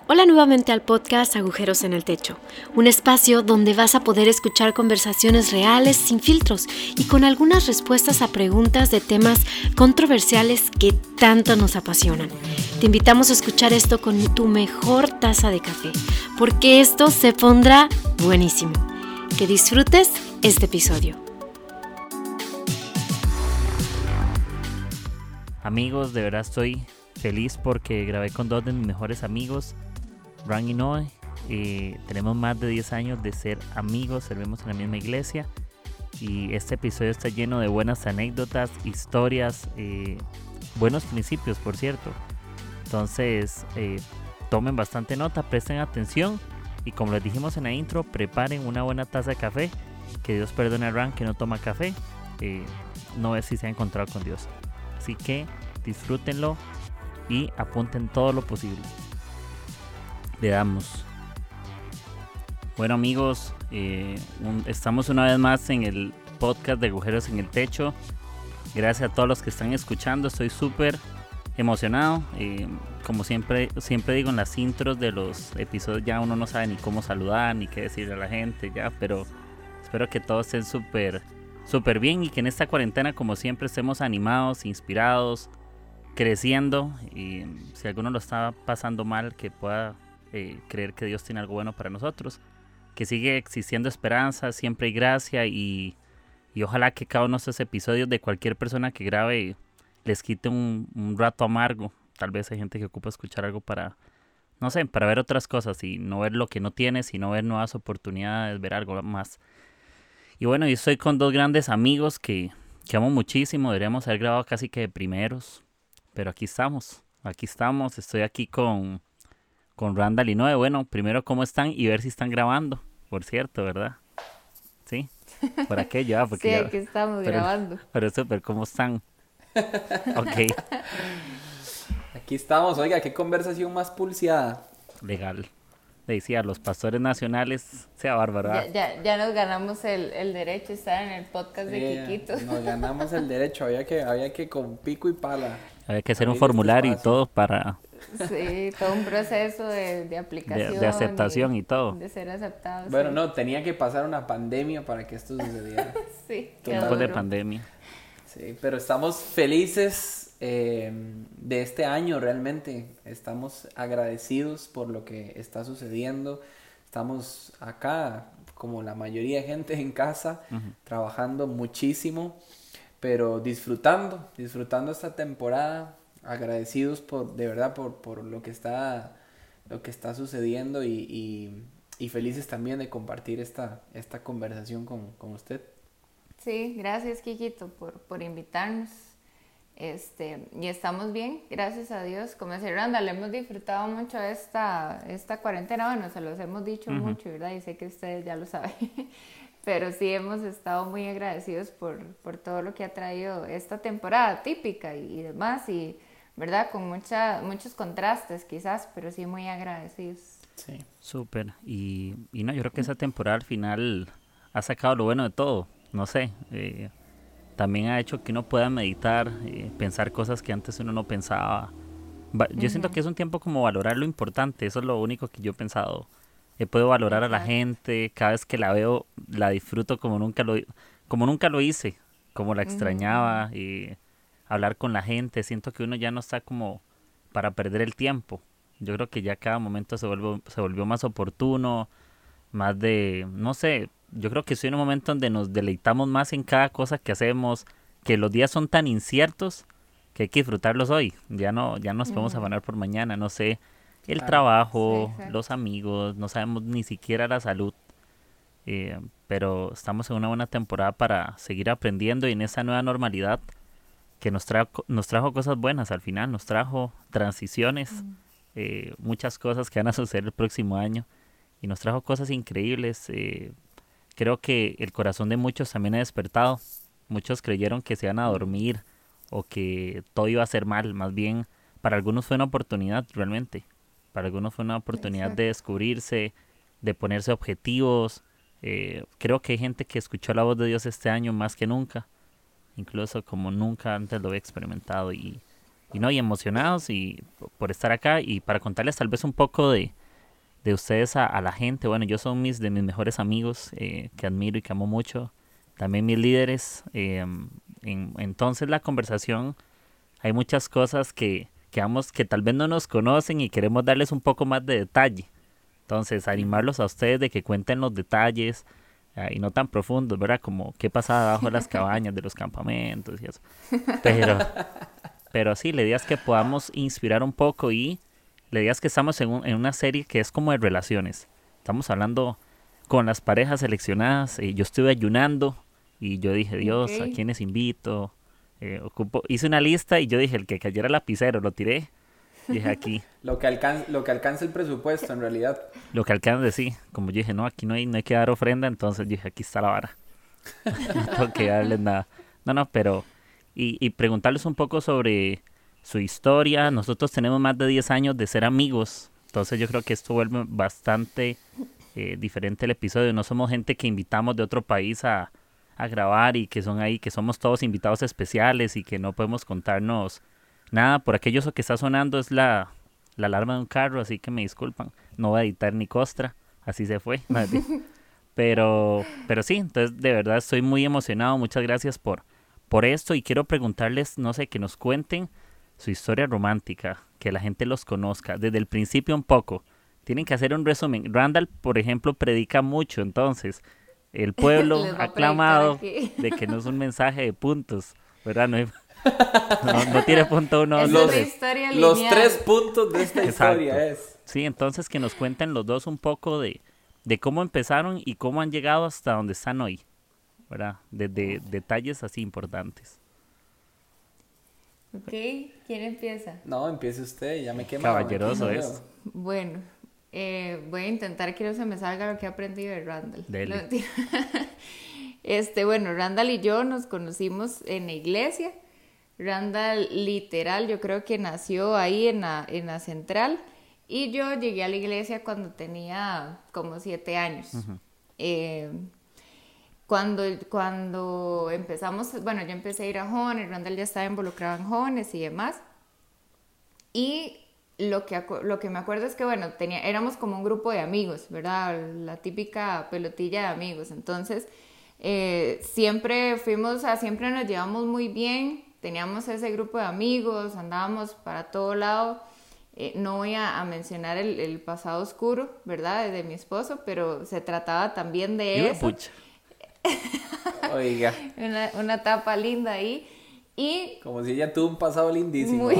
Hola nuevamente al podcast Agujeros en el Techo, un espacio donde vas a poder escuchar conversaciones reales, sin filtros y con algunas respuestas a preguntas de temas controversiales que tanto nos apasionan. Te invitamos a escuchar esto con tu mejor taza de café, porque esto se pondrá buenísimo. Que disfrutes este episodio. Amigos, de verdad estoy feliz porque grabé con dos de mis mejores amigos, Ran y Noe. Tenemos más de 10 años de ser amigos, servimos en la misma iglesia y este episodio está lleno de buenas anécdotas, historias, buenos principios, por cierto. Entonces, tomen bastante nota, presten atención y como les dijimos en la intro, preparen una buena taza de café. Que Dios perdone a Ran que no toma café, no ve si se ha encontrado con Dios. Así que disfrútenlo y apunten todo lo posible. Le damos. Bueno amigos, estamos una vez más en el podcast de Agujeros en el Techo. Gracias a todos los que están escuchando, estoy súper emocionado. Como siempre digo en las intros de los episodios, ya uno no sabe ni cómo saludar ni qué decirle a la gente ya, pero espero que todos estén súper bien y que en esta cuarentena, como siempre, estemos animados, inspirados, creciendo. Y si alguno lo está pasando mal, que pueda creer que Dios tiene algo bueno para nosotros, que sigue existiendo esperanza, siempre hay gracia y ojalá que cada uno de estos episodios de cualquier persona que grabe les quite un rato amargo. Tal vez hay gente que ocupa escuchar algo para, no sé, para ver otras cosas y no ver lo que no tiene, sino ver nuevas oportunidades, ver algo más. Y bueno, yo estoy con dos grandes amigos que amo muchísimo, deberíamos haber grabado casi que de primeros, pero aquí estamos, estoy aquí con Randall y Noe. Bueno, primero, ¿cómo están? Y ver si están grabando, por cierto, ¿verdad? Sí, por aquello, porque sí, aquí estamos grabando. Pero súper, ¿cómo están? Ok. Aquí estamos, oiga, qué conversación más pulseada. Legal. Le decía, los pastores nacionales, sea bárbaro. Ya nos ganamos el derecho de estar en el podcast de Quiquito. Nos ganamos el derecho, había que con pico y pala. Había que hacer un formulario y todo para... Sí, todo un proceso de aplicación. De aceptación y todo. De ser aceptado. Bueno, sí. no, tenía que pasar una pandemia para que esto sucediera. Sí, Tiempos de pandemia. Sí, pero estamos felices de este año realmente. Estamos agradecidos por lo que está sucediendo. Estamos acá, como la mayoría de gente en casa, trabajando muchísimo, pero disfrutando esta temporada. Agradecidos de verdad por lo que está sucediendo y felices también de compartir esta conversación con usted. Sí, gracias Quiquito por invitarnos. Y estamos bien, gracias a Dios. Como decía Randall, hemos disfrutado mucho esta cuarentena. Bueno, se los hemos dicho mucho, ¿verdad? Y sé que ustedes ya lo saben. Pero sí hemos estado muy agradecidos por todo lo que ha traído esta temporada típica y demás. Y, ¿verdad? Con muchos contrastes quizás, pero sí muy agradecidos. Sí. Súper. Y no, yo creo que esa temporada al final ha sacado lo bueno de todo. No sé, también ha hecho que uno pueda meditar, pensar cosas que antes uno no pensaba. Yo siento que es un tiempo como valorar lo importante, eso es lo único que yo he pensado. Puedo valorar a la gente, cada vez que la veo la disfruto como nunca lo hice, como la extrañaba, hablar con la gente, siento que uno ya no está como para perder el tiempo. Yo creo que ya cada momento se volvió más oportuno, más de, no sé, yo creo que estoy en un momento donde nos deleitamos más en cada cosa que hacemos, que los días son tan inciertos que hay que disfrutarlos hoy. Ya no nos podemos afanar por mañana, no sé, el trabajo, sí, los amigos, no sabemos ni siquiera la salud. Pero estamos en una buena temporada para seguir aprendiendo y en esa nueva normalidad que nos trajo cosas buenas al final, nos trajo transiciones, muchas cosas que van a suceder el próximo año y nos trajo cosas increíbles. Creo que el corazón de muchos también ha despertado. Muchos creyeron que se iban a dormir o que todo iba a ser mal. Más bien, para algunos fue una oportunidad realmente. Para algunos fue una oportunidad Exacto. De descubrirse, de ponerse objetivos. Creo que hay gente que escuchó la voz de Dios este año más que nunca. Incluso como nunca antes lo había experimentado. Y emocionados y por estar acá y para contarles tal vez un poco de de ustedes a la gente. Bueno, yo son de mis mejores amigos que admiro y que amo mucho. También mis líderes. Entonces la conversación, hay muchas cosas que tal vez no nos conocen y queremos darles un poco más de detalle. Entonces, animarlos a ustedes de que cuenten los detalles y no tan profundos, ¿verdad? Como qué pasa debajo de las cabañas, de los campamentos y eso. Pero sí, la idea es que podamos inspirar un poco y la idea es que estamos en una serie que es como de relaciones. Estamos hablando con las parejas seleccionadas. Yo estuve ayunando y yo dije, Dios, ¿a quiénes invito? Hice una lista y yo dije, el que cayera lapicero, lo tiré. Dije aquí. Lo que alcance el presupuesto, en realidad. Lo que alcance, sí. Como yo dije, no, aquí no hay que dar ofrenda, entonces dije, aquí está la vara. No tengo que darles nada. No, pero... Y preguntarles un poco sobre su historia. Nosotros tenemos más de 10 años de ser amigos. Entonces yo creo que esto vuelve bastante diferente el episodio. No somos gente que invitamos de otro país a grabar y que son ahí, que somos todos invitados especiales y que no podemos contarnos nada. Por aquello eso que está sonando es la alarma de un carro, así que me disculpan. No voy a editar ni costra, así se fue. Pero sí, entonces de verdad estoy muy emocionado. Muchas gracias por esto y quiero preguntarles, no sé, que nos cuenten su historia romántica, que la gente los conozca desde el principio un poco. Tienen que hacer un resumen. Randall, por ejemplo, predica mucho, entonces el pueblo ha clamado de que no es un mensaje de puntos, ¿verdad? No tiene punto uno. Los 3 puntos de esta historia es. Sí, entonces que nos cuenten los dos un poco de cómo empezaron y cómo han llegado hasta donde están hoy, ¿verdad? De detalles así importantes. Ok, ¿quién empieza? No, empiece usted, ya me quema. Caballeroso es. Bueno, voy a intentar que no se me salga lo que he aprendido de Randall. Dele. Bueno, Randall y yo nos conocimos en la iglesia. Randall literal, yo creo que nació ahí en la central y yo llegué a la iglesia cuando tenía como 7 años. Uh-huh. Cuando empezamos, bueno, yo empecé a ir a jóvenes, Randall ya estaba involucrado en jóvenes y demás. Y lo que me acuerdo es que, bueno, éramos como un grupo de amigos, ¿verdad? La típica pelotilla de amigos. Entonces, siempre nos llevamos muy bien, teníamos ese grupo de amigos, andábamos para todo lado. No voy a mencionar el pasado oscuro, ¿verdad? De mi esposo, pero se trataba también de eso. Pucha. Oiga. Una etapa linda ahí. Y como si ella tuvo un pasado lindísimo.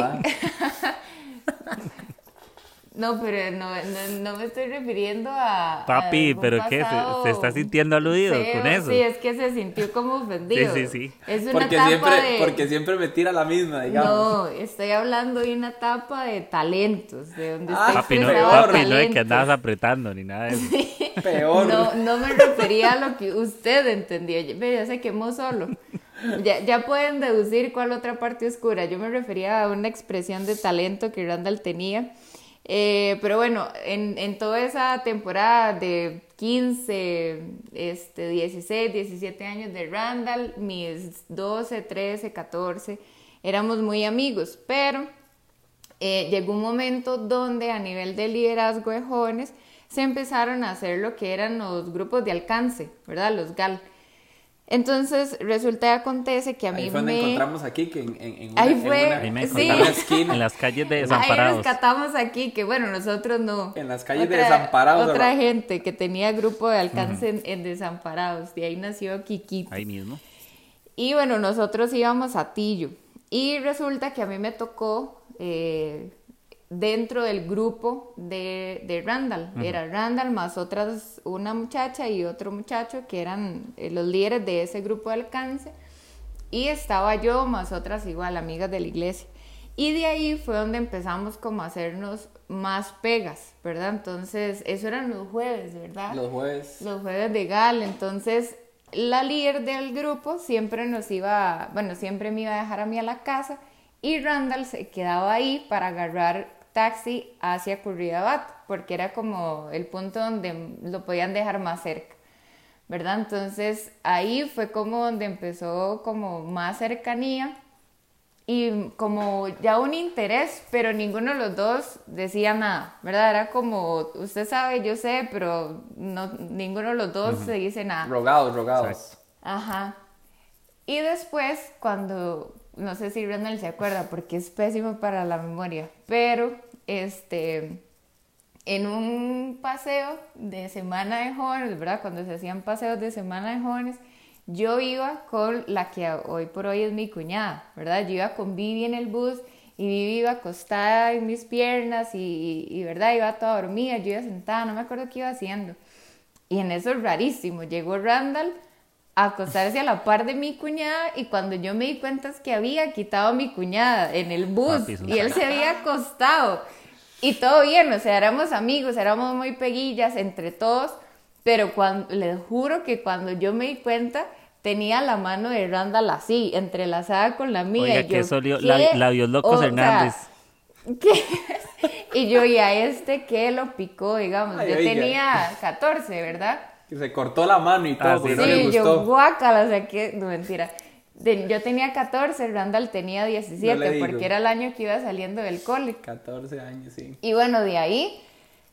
No, pero no me estoy refiriendo a... Papi, ¿pero qué? ¿Se está sintiendo aludido con eso? Sí, es que se sintió como ofendido. Sí. Es una etapa porque siempre me tira la misma, digamos. No, estoy hablando de una etapa de talentos, de donde papi, no es que andabas apretando ni nada de eso. Sí. Peor. No me refería a lo que usted entendió. Ya se quemó solo. Ya pueden deducir cuál otra parte oscura. Yo me refería a una expresión de talento que Randall tenía. Pero bueno, en toda esa temporada de 15, 16, 17 años de Randall, mis 12, 13, 14, éramos muy amigos, pero llegó un momento donde a nivel de liderazgo de jóvenes se empezaron a hacer lo que eran los grupos de alcance, ¿verdad? Los GAL. Entonces, resulta y acontece que a mí ahí fue donde encontramos aquí, que en una esquina, en las calles de Desamparados. Ahí rescatamos aquí, que bueno, nosotros no. En las calles de Desamparados. Otra gente que tenía grupo de alcance en Desamparados, de ahí nació Kikito. Ahí mismo. Y bueno, nosotros íbamos a Tillo. Y resulta que a mí me tocó... dentro del grupo de Randall. Uh-huh. Era Randall más una muchacha y otro muchacho que eran los líderes de ese grupo de alcance, y estaba yo más otras igual amigas de la iglesia, y de ahí fue donde empezamos como a hacernos más pegas, ¿verdad? Entonces eso eran los jueves, ¿verdad? Los jueves de GAL. Entonces la líder del grupo siempre me iba a dejar a mí a la casa, y Randall se quedaba ahí para agarrar taxi hacia Curridabat, porque era como el punto donde lo podían dejar más cerca, ¿verdad? Entonces ahí fue como donde empezó como más cercanía, y como ya un interés, pero ninguno de los dos decía nada, ¿verdad? Era como, usted sabe, yo sé, pero no, ninguno de los dos se dice nada. Rogados. Exacto. Ajá. Y después, cuando, no sé si Randall se acuerda, porque es pésimo para la memoria, pero en un paseo de Semana de Jóvenes, ¿verdad? Cuando se hacían paseos de Semana de Jóvenes, yo iba con la que hoy por hoy es mi cuñada, ¿verdad? Yo iba con Vivi en el bus y Vivi iba acostada en mis piernas y ¿verdad? Iba toda dormida, yo iba sentada, no me acuerdo qué iba haciendo. Y en eso es rarísimo, llegó Randall a acostarse a la par de mi cuñada y cuando yo me di cuenta es que había quitado a mi cuñada en el bus y él se había acostado. Y todo bien, o sea, éramos amigos, éramos muy peguillas entre todos, pero les juro que cuando yo me di cuenta tenía la mano de Randall así, entrelazada con la mía. Oiga, y yo, que eso ¿qué? labios locos O Hernández. sea, ¿qué? Y yo, y a que lo picó, digamos. Ay, yo oiga. tenía 14, ¿verdad? Que se cortó la mano y todo, Ah, porque sí. no le Sí, gustó. yo guácala, o sea, que, no, mentira. Yo tenía 14, Randall tenía 17, No le digo. porque era el año que iba saliendo del cole. 14 años, sí. Y bueno, de ahí,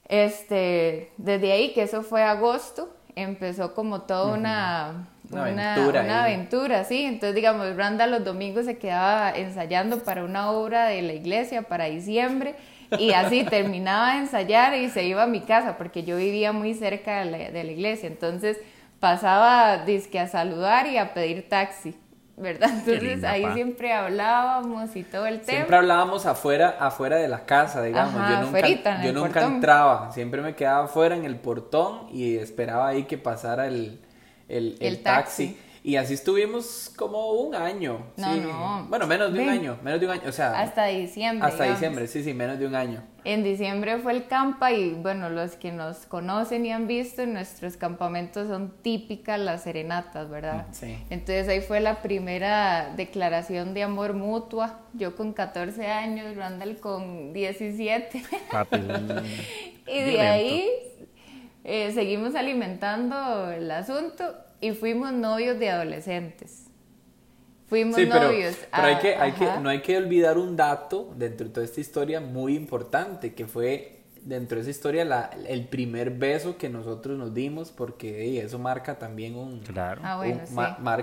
desde ahí, que eso fue agosto, empezó como toda una aventura, sí. Entonces, digamos, Randall los domingos se quedaba ensayando para una obra de la iglesia para diciembre y así terminaba de ensayar y se iba a mi casa porque yo vivía muy cerca de la iglesia. Entonces, pasaba dizque a saludar y a pedir taxi, ¿verdad? Entonces, linda, ahí pa. siempre hablábamos y todo el tema. Siempre hablábamos afuera de la casa, digamos. Ajá, afuerita, en yo el nunca portón. entraba, siempre me quedaba afuera en el portón y esperaba ahí que pasara el taxi. Y así estuvimos como un año. No, sí. no. Bueno, menos de un año, o sea. Hasta diciembre. Hasta digamos. diciembre, sí, menos de un año. En diciembre fue el campa y bueno, los que nos conocen y han visto, nuestros campamentos son típicas las serenatas, ¿verdad? Sí. Entonces ahí fue la primera declaración de amor mutua. Yo con 14 años, Randall con 17. Papi, Y de ahí seguimos alimentando el asunto y fuimos novios de adolescentes. Fuimos Sí, pero novios. no hay que olvidar un dato dentro de toda esta historia muy importante, que fue dentro de esa historia el primer beso que nosotros nos dimos, porque eso marca también claro. Bueno, sí.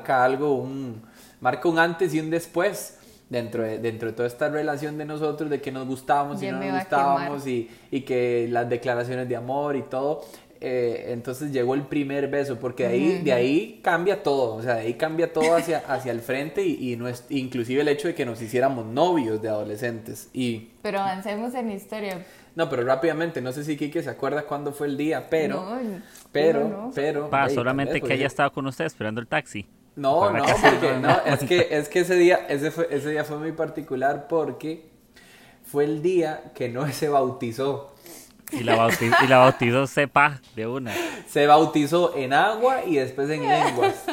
marca un antes y un después dentro de toda esta relación de nosotros, de que nos gustábamos y Ya no me nos va a gustábamos y que las declaraciones de amor y todo. Entonces llegó el primer beso, porque de ahí cambia todo, o sea, de ahí cambia todo hacia el frente inclusive el hecho de que nos hiciéramos novios de adolescentes. Pero avancemos en la historia. No, pero rápidamente, no sé si Kike se acuerda cuándo fue el día, pero Pa, hey, solamente tal vez, que ella estaba con usted esperando el taxi. No, Para no, la casa. porque no, es que ese día fue muy particular porque fue el día que Noé se bautizó. Y la bautizó sepa de una. Se bautizó en agua y después en lenguas.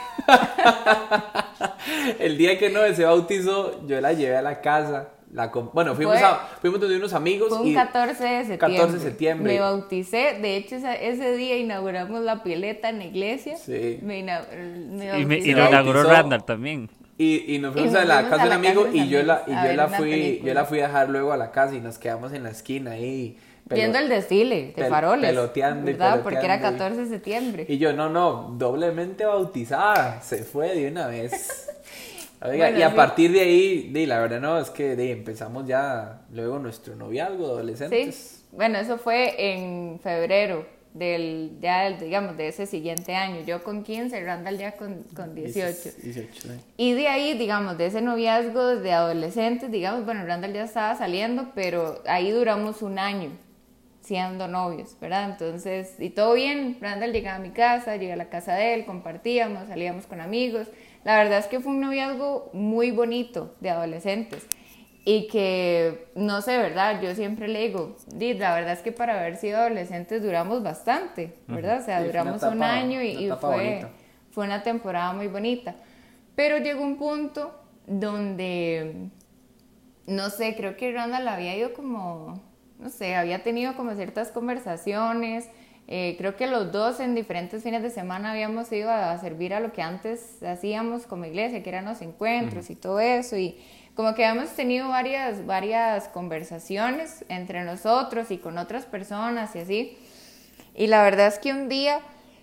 El día que Noé se bautizó, yo la llevé a la casa. Bueno, fuimos donde unos amigos. Fue un 14 de septiembre. 14 de septiembre. Me bauticé. De hecho, ese día inauguramos la pileta en la iglesia. Sí. Me Y bauticé. lo inauguró bautizó. Randall también. Y nos fuimos Y nos a la fuimos casa a de un la amigo casa de y los yo amigos a ver una fui película. a dejar luego a la casa y nos quedamos en la esquina ahí. Viendo el desfile de faroles. Peloteando y ¿verdad? Porque era peloteando 14 de septiembre. Y yo, no, doblemente bautizada, se fue de una vez. Oiga, Bueno, y a sí. partir de ahí, la verdad no, es que empezamos ya luego nuestro noviazgo adolescentes. Sí. Bueno, eso fue en febrero digamos, de ese siguiente año. Yo con 15, Randall ya con 18. 18, sí. Y de ahí, digamos, de ese noviazgo de adolescentes, digamos, bueno, Randall ya estaba saliendo, pero ahí duramos un año siendo novios, ¿verdad? Entonces, y todo bien, Randall llegaba a mi casa, llegué a la casa de él, compartíamos, salíamos con amigos. La verdad es que fue un noviazgo muy bonito de adolescentes y que, no sé, ¿verdad? Yo siempre le digo, la verdad es que para haber sido adolescentes duramos bastante, ¿verdad? O sea, Sí, fue duramos una un etapa- año una y etapa fue bonita. una temporada muy bonita. Pero llegó un punto donde, no sé, creo que Randall había ido como, no sé, había tenido como ciertas conversaciones Creo que los dos en diferentes fines de semana habíamos ido a servir a lo que antes hacíamos como iglesia, que eran los encuentros y todo eso, y como que habíamos tenido varias conversaciones entre nosotros y con otras personas y así. Y la verdad es que un día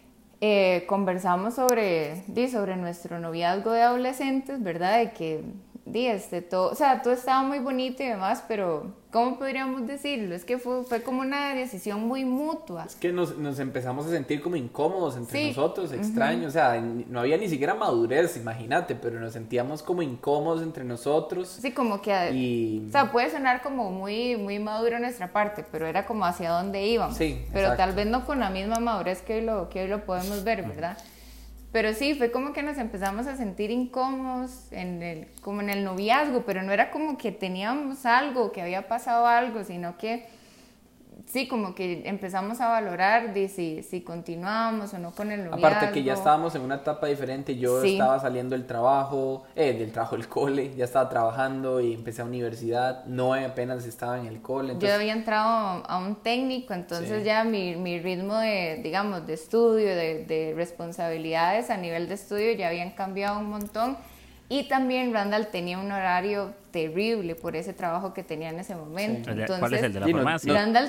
conversamos sobre nuestro noviazgo de adolescentes, ¿verdad? De que todo, o sea, todo estaba muy bonito y demás, pero ¿cómo podríamos decirlo? Es que fue como una decisión muy mutua. Es que nos empezamos a sentir como incómodos entre nosotros, extraños, o sea, no había ni siquiera madurez, imagínate, pero nos sentíamos como incómodos entre nosotros. Sí, como que, o sea, puede sonar como muy, muy maduro nuestra parte, pero era como hacia dónde íbamos. Sí, pero exacto. tal vez no con la misma madurez que hoy lo podemos ver, ¿verdad? Pero sí, fue como que nos empezamos a sentir incómodos como en el noviazgo, pero no era como que teníamos algo, que había pasado algo, sino que sí, como que empezamos a valorar de si continuábamos o no con el noviazgo. Aparte que ya estábamos en una etapa diferente, yo estaba saliendo del trabajo, del cole, ya estaba trabajando y empecé a universidad, no apenas estaba en el cole. Entonces... Yo había entrado a un técnico, entonces ya mi ritmo de, digamos, de estudio, de responsabilidades a nivel de estudio ya habían cambiado un montón. Y también Randall tenía un horario terrible por ese trabajo que tenía en ese momento. Sí. Entonces, ¿Cuál es el de la farmacia? Randall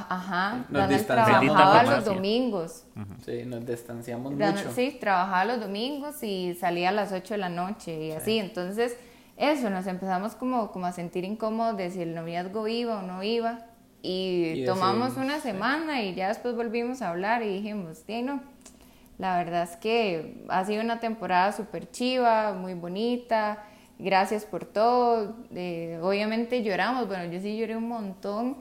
Nos trabajaba farmacia. los domingos. Sí, nos distanciamos mucho. Sí, trabajaba los domingos y salía a las 8 de la noche y así. Entonces, eso, nos empezamos como a sentir incómodos de si el noviazgo iba o no iba. Y tomamos una semana y ya después volvimos a hablar y dijimos, no, la verdad es que ha sido una temporada súper chiva, muy bonita, gracias por todo. Obviamente lloramos, bueno, yo sí lloré un montón.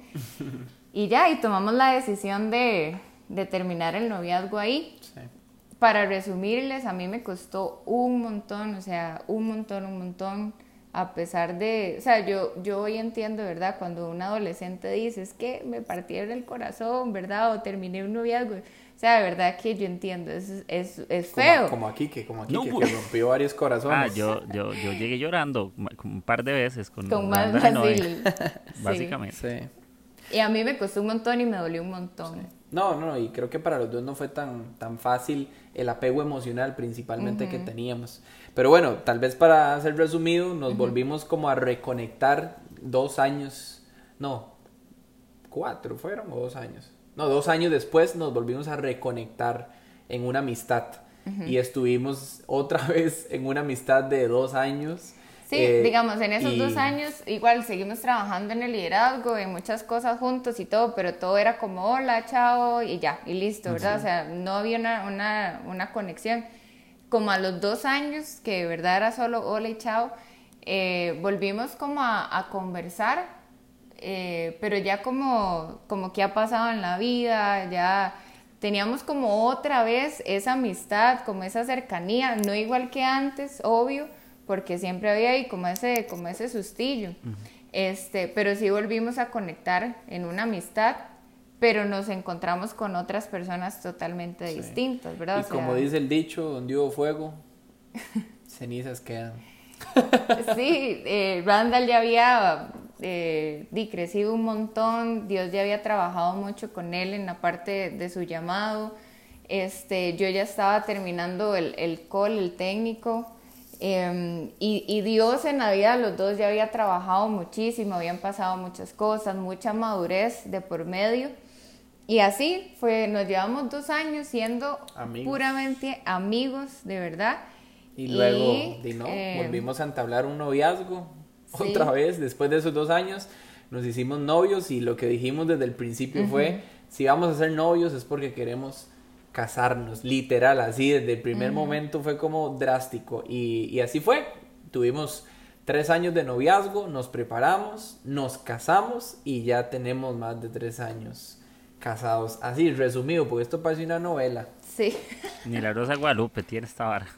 Y tomamos la decisión de terminar el noviazgo ahí. Sí. Para resumirles, a mí me costó un montón, o sea, un montón. A pesar de, o sea, yo hoy entiendo, ¿verdad? Cuando un adolescente dice, es que me partieron el corazón, ¿verdad? O terminé un noviazgo. O sea, de verdad que yo entiendo, es feo. Como aquí, que rompió varios corazones. Yo llegué llorando un par de veces con más Randall y Noé, fácil. básicamente. Sí. Y a mí me costó un montón y me dolió un montón. Sí. No, y creo que para los dos no fue tan fácil el apego emocional principalmente que teníamos. Pero bueno, tal vez para hacer resumido, nos volvimos como a reconectar 2 años, no, 4 fueron o 2 años. No, 2 años después nos volvimos a reconectar en una amistad y estuvimos otra vez en una amistad de 2 años. Sí, digamos, en esos 2 años igual seguimos trabajando en el liderazgo, en muchas cosas juntos y todo, pero todo era como hola, chao y ya, y listo, ¿verdad? Sí. O sea, no había una conexión. Como a los 2 años, que de verdad era solo hola y chao, volvimos como a conversar, pero ya como que ha pasado en la vida, ya teníamos como otra vez esa amistad, como esa cercanía, no igual que antes, obvio, porque siempre había ahí como ese sustillo, pero sí volvimos a conectar en una amistad, pero nos encontramos con otras personas totalmente distintas, ¿verdad? Y como dice el dicho, donde hubo fuego, cenizas quedan. Sí, Randall ya había crecido un montón, Dios ya había trabajado mucho con él en la parte de su llamado, yo ya estaba terminando el técnico, y Dios en la vida de los dos ya había trabajado muchísimo, habían pasado muchas cosas, mucha madurez de por medio, y así nos llevamos 2 años siendo puramente amigos, de verdad. Y luego volvimos a entablar un noviazgo otra vez, después de esos 2 años nos hicimos novios y lo que dijimos desde el principio fue, si vamos a ser novios es porque queremos casarnos, literal, así desde el primer momento fue como drástico y así fue, tuvimos 3 años de noviazgo, nos preparamos, nos casamos y ya tenemos más de 3 años casados, así resumido, porque esto parece una novela. Sí. Ni la Rosa de Guadalupe tiene esta vara.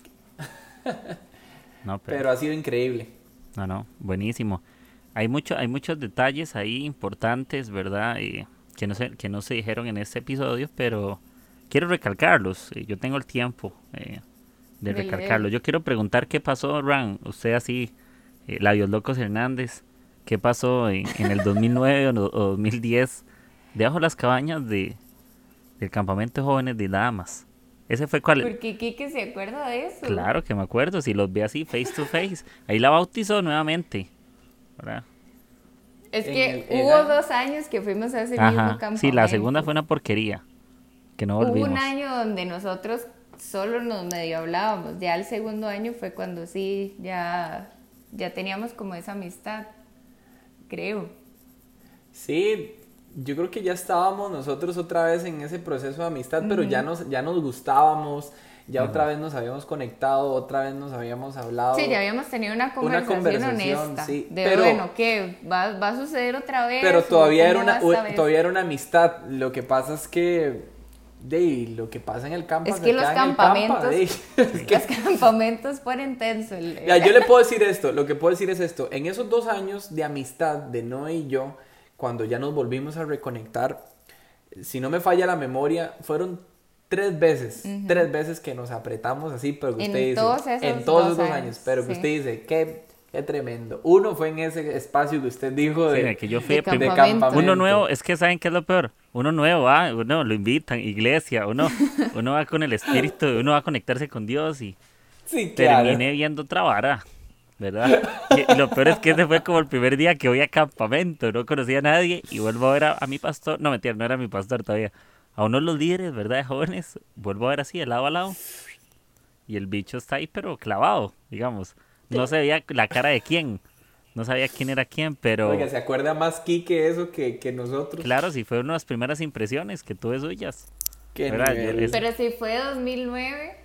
No, pero ha sido increíble. No, buenísimo. Hay muchos detalles ahí importantes, ¿verdad? Que no se dijeron en este episodio, pero quiero recalcarlos. Yo tengo el tiempo de recalcarlos. Yo quiero preguntar qué pasó, Ran, usted así, Labios Locos Hernández, qué pasó en el 2009 o 2010, debajo de las cabañas de del campamento de jóvenes de nada más. Ese fue cuál. Porque Kike se acuerda de eso. Claro que me acuerdo, si los ve así face to face. Ahí la bautizó nuevamente, ¿verdad? Es que hubo 2 años que fuimos a ese mismo campamento. Sí, la segunda fue una porquería, que no volvimos. Hubo un año donde nosotros solo nos medio hablábamos. Ya el segundo año fue cuando sí, ya teníamos como esa amistad, creo. Sí, yo creo que ya estábamos nosotros otra vez en ese proceso de amistad, pero ya nos gustábamos, ya otra vez nos habíamos conectado, otra vez nos habíamos hablado. Sí, ya habíamos tenido una conversación honesta. Sí, pero, bueno, ¿qué? ¿Va a suceder otra vez? Pero todavía era una amistad. Lo que pasa es que lo que pasa en el campo es que los campamentos los campamentos fueron tensos. Yo le puedo decir esto, lo que puedo decir es esto: en esos 2 años de amistad de Noé y yo, cuando ya nos volvimos a reconectar, si no me falla la memoria, fueron 3 veces, 3 veces que nos apretamos así, pero que usted dice, en todos esos 2 años, pero que usted dice, qué tremendo. Uno fue en ese espacio que usted dijo que yo fui de campamento. Uno nuevo, es que ¿saben qué es lo peor? Uno nuevo va, uno lo invitan, iglesia, uno va con el espíritu, uno va a conectarse con Dios y sí, claro. Terminé viendo otra vara, ¿verdad? Y lo peor es que ese fue como el primer día que voy a campamento, no conocía a nadie y vuelvo a ver a mi pastor, no mentira, no era mi pastor todavía, a uno de los líderes, ¿verdad? De jóvenes, vuelvo a ver así, de lado a lado, y el bicho está ahí pero clavado, digamos. No se veía la cara de quién, no sabía quién era quién, pero... Oiga, ¿se acuerda más Kike eso que nosotros? Claro, sí fue una de las primeras impresiones que tuve suyas. Pero si fue 2009,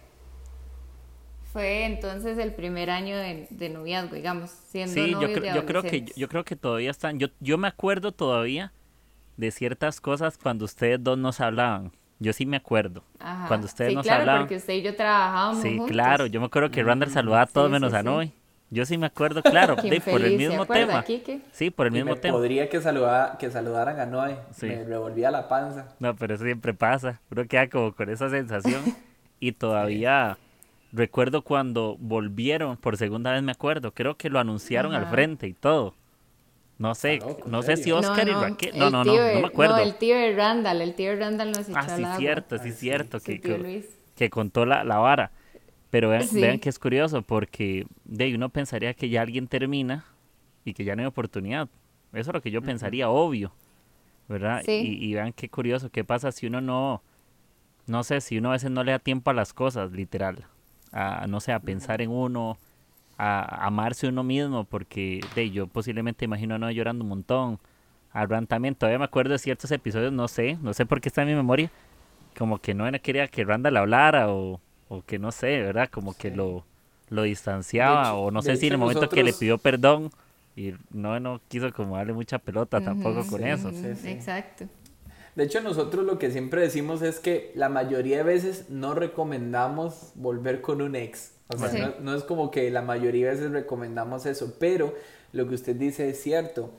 fue entonces el primer año de noviazgo, digamos, siendo novios de adolescentes. Yo creo que todavía están... Yo me acuerdo todavía de ciertas cosas cuando ustedes dos nos hablaban. Yo sí me acuerdo. Ajá. Cuando ustedes nos claro, hablaban. Porque usted y yo trabajábamos juntos. Sí, claro. Yo me acuerdo que Randall saludaba a todos menos a Noé. Yo sí me acuerdo, claro, por el mismo tema. Kike? Sí, por el mismo tema. Podría que saludaran a Noé. Sí. Me revolvía la panza. No, pero eso siempre pasa. Uno queda como con esa sensación. Y todavía recuerdo cuando volvieron, por segunda vez me acuerdo. Creo que lo anunciaron al frente y todo. No sé, no sé si Oscar y Raquel. No me acuerdo. No, el tío de Randall nos echó al agua. Sí, cierto, que contó la vara. Pero vean que es curioso, porque uno pensaría que ya alguien termina y que ya no hay oportunidad. Eso es lo que yo pensaría, obvio, ¿verdad? Sí. Y vean qué curioso, qué pasa si uno no sé, si uno a veces no le da tiempo a las cosas, literal. No sé, a pensar en uno, a amarse uno mismo, porque yo posiblemente imagino a Noé llorando un montón. A Ran también, todavía me acuerdo de ciertos episodios, no sé por qué está en mi memoria, como que Noé no quería que Randall hablara o que no sé, ¿verdad? Como que lo distanciaba, o no sé si en el momento que le pidió perdón y no quiso como darle mucha pelota tampoco con eso. Sí. Exacto. De hecho, nosotros lo que siempre decimos es que la mayoría de veces no recomendamos volver con un ex. O sea, no es como que la mayoría de veces recomendamos eso, pero lo que usted dice es cierto.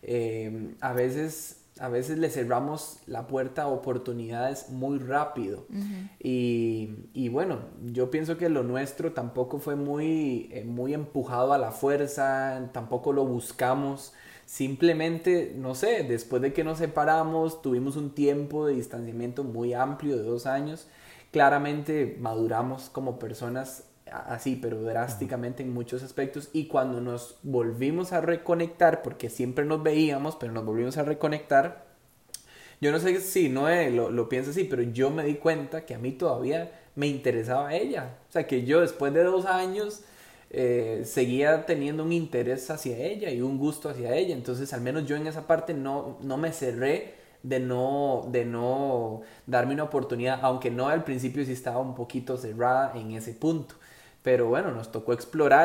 A veces le cerramos la puerta a oportunidades muy rápido. Y bueno, yo pienso que lo nuestro tampoco fue muy empujado a la fuerza, tampoco lo buscamos. Simplemente, no sé, después de que nos separamos, tuvimos un tiempo de distanciamiento muy amplio de 2 años. Claramente maduramos como personas así, pero drásticamente en muchos aspectos, y cuando nos volvimos a reconectar, porque siempre nos veíamos, pero nos volvimos a reconectar, yo no sé si Noé lo piensa así, pero yo me di cuenta que a mí todavía me interesaba ella, o sea, que yo después de 2 años seguía teniendo un interés hacia ella y un gusto hacia ella, entonces al menos yo en esa parte no me cerré de no darme una oportunidad, aunque no al principio sí estaba un poquito cerrada en ese punto. Pero bueno, nos tocó explorar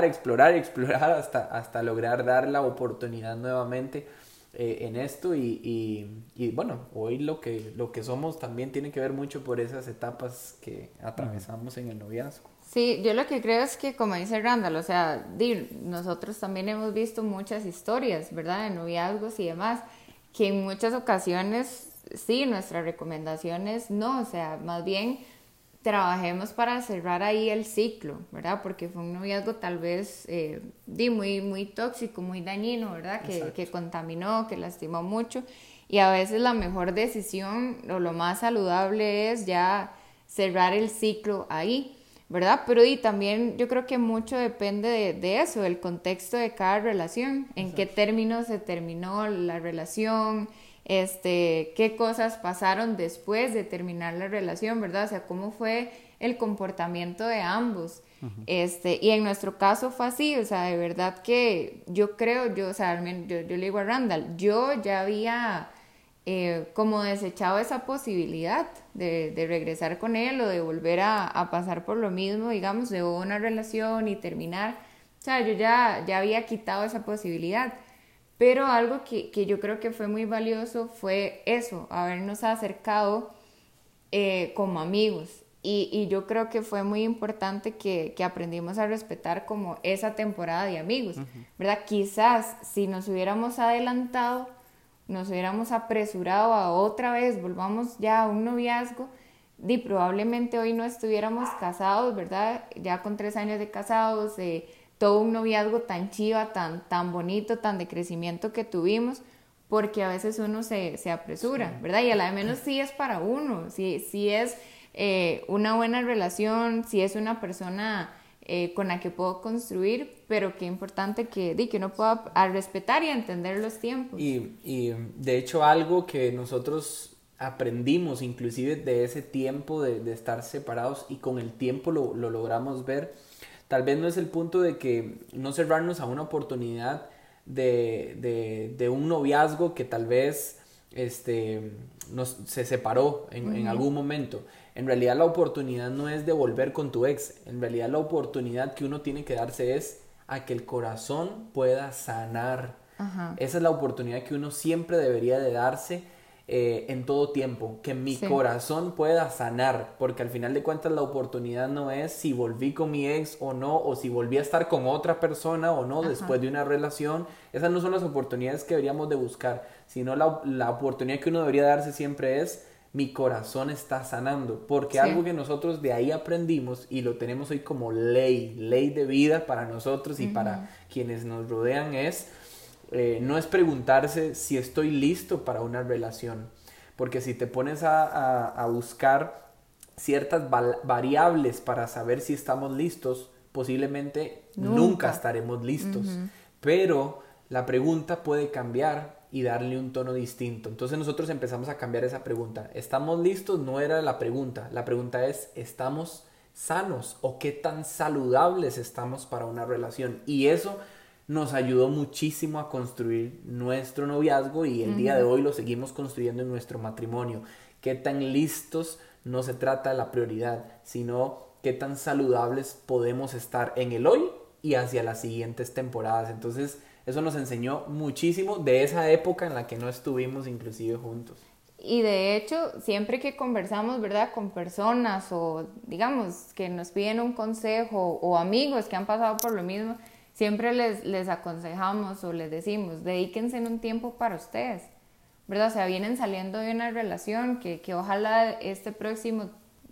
hasta lograr dar la oportunidad nuevamente en esto y bueno, hoy lo que somos también tiene que ver mucho por esas etapas que atravesamos en el noviazgo. Sí, yo lo que creo es que, como dice Randall, o sea, nosotros también hemos visto muchas historias, ¿verdad?, de noviazgos y demás, que en muchas ocasiones, sí, nuestras recomendaciones no, o sea, más bien trabajemos para cerrar ahí el ciclo, ¿verdad? Porque fue un noviazgo tal vez muy, muy tóxico, muy dañino, ¿verdad? Que contaminó, que lastimó mucho. Y a veces la mejor decisión o lo más saludable es ya cerrar el ciclo ahí, ¿verdad? Pero y también yo creo que mucho depende de eso, del contexto de cada relación, en qué términos se terminó la relación, qué cosas pasaron después de terminar la relación, ¿verdad? O sea, cómo fue el comportamiento de ambos. Y en nuestro caso fue así, o sea, de verdad que yo creo, yo le digo a Randall, yo ya había como desechado esa posibilidad de regresar con él o de volver a pasar por lo mismo, digamos, de una relación y terminar. O sea, yo ya había quitado esa posibilidad. Pero algo que yo creo que fue muy valioso fue eso, habernos acercado como amigos. Y yo creo que fue muy importante que aprendimos a respetar como esa temporada de amigos, ¿verdad? Quizás si nos hubiéramos adelantado, nos hubiéramos apresurado a otra vez, volvamos ya a un noviazgo, y probablemente hoy no estuviéramos casados, ¿verdad? Ya con 3 años de casados, todo un noviazgo tan chiva, tan bonito, tan de crecimiento que tuvimos, porque a veces uno se apresura, ¿verdad? Y a la menos sí es para uno, sí es una buena relación, si es una persona con la que puedo construir, pero qué importante que uno pueda respetar y entender los tiempos. Y de hecho algo que nosotros aprendimos inclusive de ese tiempo de estar separados y con el tiempo lo logramos ver, tal vez no es el punto de que no cerrarnos a una oportunidad de un noviazgo que tal vez se separó en algún momento. En realidad la oportunidad no es de volver con tu ex. En realidad la oportunidad que uno tiene que darse es a que el corazón pueda sanar. Ajá. Esa es la oportunidad que uno siempre debería de darse en todo tiempo. Que mi corazón pueda sanar. Porque al final de cuentas la oportunidad no es si volví con mi ex o no. O si volví a estar con otra persona o no. Ajá. Después de una relación. Esas no son las oportunidades que deberíamos de buscar. Sino la oportunidad que uno debería darse siempre es: mi corazón está sanando, porque algo que nosotros de ahí aprendimos y lo tenemos hoy como ley de vida para nosotros y para quienes nos rodean es, no es preguntarse si estoy listo para una relación, porque si te pones a buscar ciertas variables para saber si estamos listos, posiblemente nunca estaremos listos, pero la pregunta puede cambiar y darle un tono distinto. Entonces nosotros empezamos a cambiar esa pregunta. ¿Estamos listos? No era la pregunta. La pregunta es: ¿estamos sanos? ¿O qué tan saludables estamos para una relación? Y eso nos ayudó muchísimo a construir nuestro noviazgo y el día de hoy lo seguimos construyendo en nuestro matrimonio. ¿Qué tan listos? No se trata de la prioridad, sino qué tan saludables podemos estar en el hoy y hacia las siguientes temporadas. Entonces eso nos enseñó muchísimo de esa época en la que no estuvimos inclusive juntos. Y de hecho, siempre que conversamos, ¿verdad?, con personas o digamos que nos piden un consejo o amigos que han pasado por lo mismo, siempre les aconsejamos o les decimos: dedíquense en un tiempo para ustedes, ¿verdad? O sea, vienen saliendo de una relación que ojalá este próximo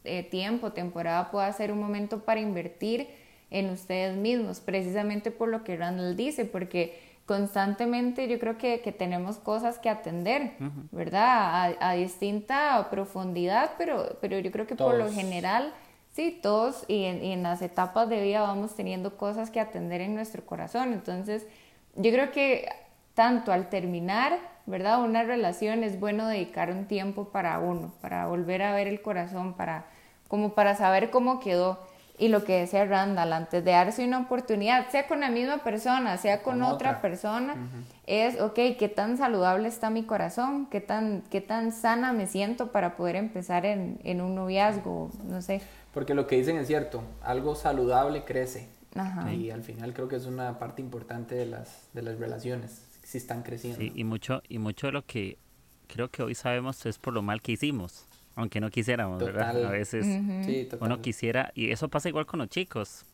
temporada pueda ser un momento para invertir en ustedes mismos, precisamente por lo que Randall dice, porque constantemente yo creo que tenemos cosas que atender, ¿verdad? A distinta profundidad, pero yo creo que todos, por lo general, sí, todos y en las etapas de vida vamos teniendo cosas que atender en nuestro corazón. Entonces, yo creo que tanto al terminar, ¿verdad?, una relación, es bueno dedicar un tiempo para uno, para volver a ver el corazón, como para saber cómo quedó. Y lo que decía Randall, antes de darse una oportunidad, sea con la misma persona, sea con otra persona, es, ok, ¿qué tan saludable está mi corazón? ¿Qué tan sana me siento para poder empezar en un noviazgo? No sé. Porque lo que dicen es cierto, algo saludable crece. Ajá. Y al final creo que es una parte importante de las relaciones, si están creciendo. Sí, y mucho de lo que creo que hoy sabemos es por lo mal que hicimos. Aunque no quisiéramos, total, ¿verdad? A veces sí, uno quisiera, y eso pasa igual con los chicos.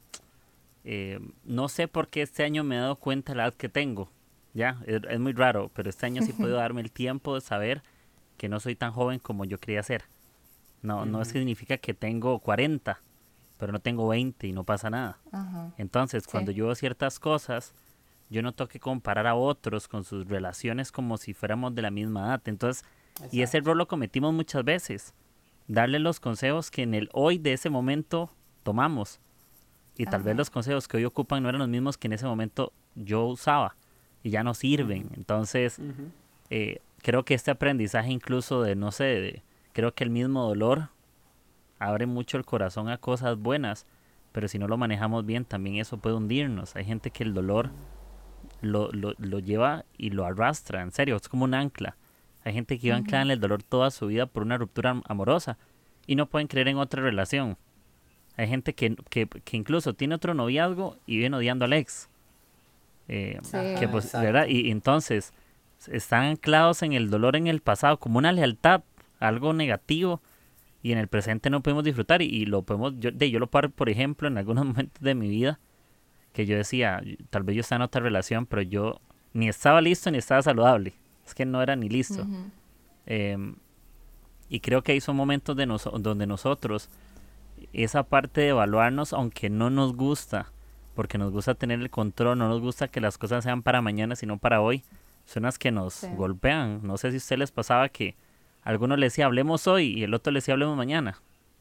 No sé por qué este año me he dado cuenta de la edad que tengo. Ya, es muy raro, pero este año sí puedo darme el tiempo de saber que no soy tan joven como yo quería ser. No significa que tengo 40, pero no tengo 20 y no pasa nada. Entonces, cuando yo veo ciertas cosas, yo no tengo que comparar a otros con sus relaciones como si fuéramos de la misma edad. Entonces, y ese error lo cometimos muchas veces. Darle los consejos que en el hoy de ese momento tomamos. Y tal vez los consejos que hoy ocupan no eran los mismos que en ese momento yo usaba. Y ya no sirven. Entonces, creo que este aprendizaje incluso de, no sé, creo que el mismo dolor abre mucho el corazón a cosas buenas. Pero si no lo manejamos bien, también eso puede hundirnos. Hay gente que el dolor lo lleva y lo arrastra. En serio, es como un ancla. Hay gente que iba anclada en el dolor toda su vida por una ruptura amorosa y no pueden creer en otra relación. Hay gente que incluso tiene otro noviazgo y viene odiando al ex. ¿Verdad? Y entonces están anclados en el dolor en el pasado como una lealtad, algo negativo, y en el presente no podemos disfrutar. Y lo podemos, yo lo paro, por ejemplo, en algunos momentos de mi vida que yo decía, tal vez yo estaba en otra relación, pero yo ni estaba listo ni estaba saludable. Es que no era ni listo. Y creo que ahí son momentos donde nosotros, esa parte de evaluarnos, aunque no nos gusta, porque nos gusta tener el control, no nos gusta que las cosas sean para mañana, sino para hoy, son las que nos golpean. No sé si a ustedes les pasaba que alguno le decía, hablemos hoy, y el otro le decía, hablemos mañana.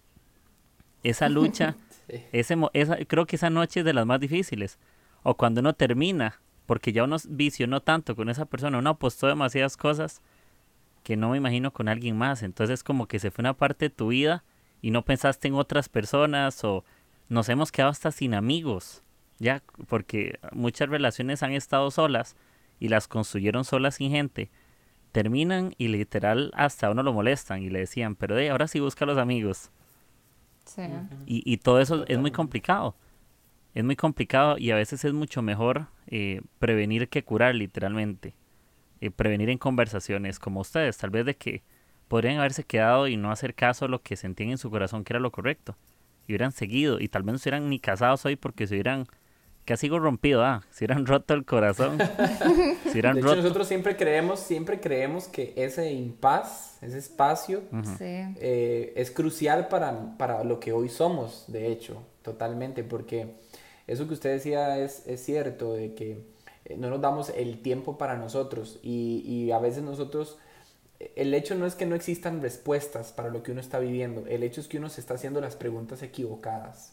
Esa lucha, creo que esa noche es de las más difíciles. O cuando uno termina, porque ya uno visionó tanto con esa persona, uno apostó demasiadas cosas que no me imagino con alguien más. Entonces como que se fue una parte de tu vida y no pensaste en otras personas, o nos hemos quedado hasta sin amigos, ya, porque muchas relaciones han estado solas y las construyeron solas sin gente. Terminan y literal hasta a uno lo molestan y le decían, pero ahora sí busca a los amigos. Sí. Y todo eso es muy complicado. Es muy complicado y a veces es mucho mejor prevenir que curar, literalmente. Prevenir en conversaciones como ustedes, tal vez de que podrían haberse quedado y no hacer caso a lo que sentían en su corazón que era lo correcto. Y hubieran seguido y tal vez no se hubieran ni casados hoy porque se hubieran casi rompido, se hubieran roto el corazón. Se hubieran de roto. hecho, nosotros siempre creemos que ese impas, ese espacio, es crucial para lo que hoy somos, de hecho, totalmente, porque eso que usted decía es cierto, de que no nos damos el tiempo para nosotros y a veces nosotros, el hecho no es que no existan respuestas para lo que uno está viviendo, el hecho es que uno se está haciendo las preguntas equivocadas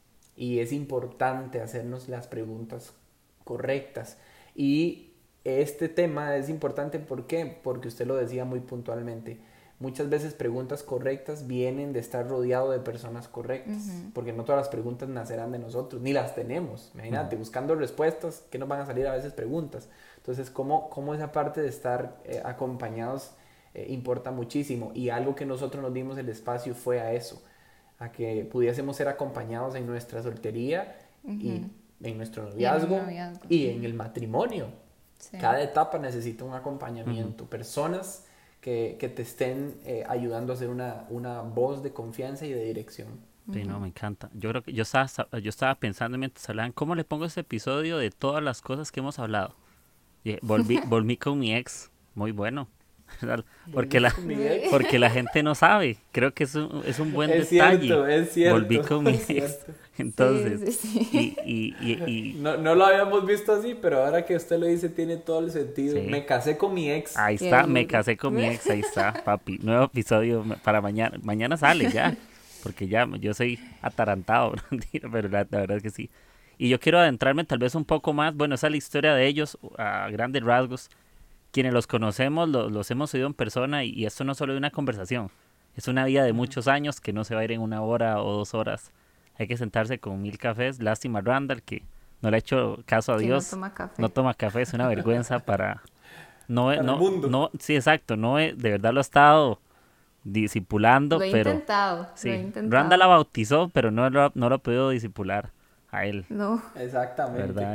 y es importante hacernos las preguntas correctas. Y este tema es importante, ¿por qué? Porque usted lo decía muy puntualmente. Muchas veces preguntas correctas vienen de estar rodeado de personas correctas, porque no todas las preguntas nacerán de nosotros, ni las tenemos. Imagínate, buscando respuestas, que nos van a salir a veces preguntas. Entonces, ¿cómo esa parte de estar acompañados importa muchísimo? Y algo que nosotros nos dimos el espacio fue a eso, a que pudiésemos ser acompañados en nuestra soltería y en nuestro noviazgo y en el matrimonio. Sí. Cada etapa necesita un acompañamiento, personas que te estén ayudando a ser una voz de confianza y de dirección. Sí, no, me encanta. Yo creo que yo estaba pensando mientras hablaban, ¿cómo le pongo este episodio de todas las cosas que hemos hablado? Y volví con mi ex, muy bueno. Porque la gente no sabe. Creo que es un buen detalle. Es cierto. Volví con mi ex. Entonces, sí. No lo habíamos visto así, pero ahora que usted lo dice tiene todo el sentido. Sí. Me casé con mi ex. Ahí está, me casé con mi ex, ahí está, papi. Nuevo episodio para mañana. Mañana sale ya, porque ya yo soy atarantado, pero la verdad es que sí. Y yo quiero adentrarme tal vez un poco más. Bueno, esa es la historia de ellos a grandes rasgos. Quienes los conocemos, los hemos oído en persona y esto no solo de una conversación. Es una vida de muchos años que no se va a ir en 1 hora o 2 horas. Hay que sentarse con 1000 cafés. Lástima Randall, que no le ha hecho caso a Dios. No toma café, es una vergüenza para... el mundo. No, sí, exacto. De verdad lo ha estado discipulando. Lo he intentado. Randall la bautizó, pero no lo ha podido discipular a él. No. Exactamente. ¿Verdad?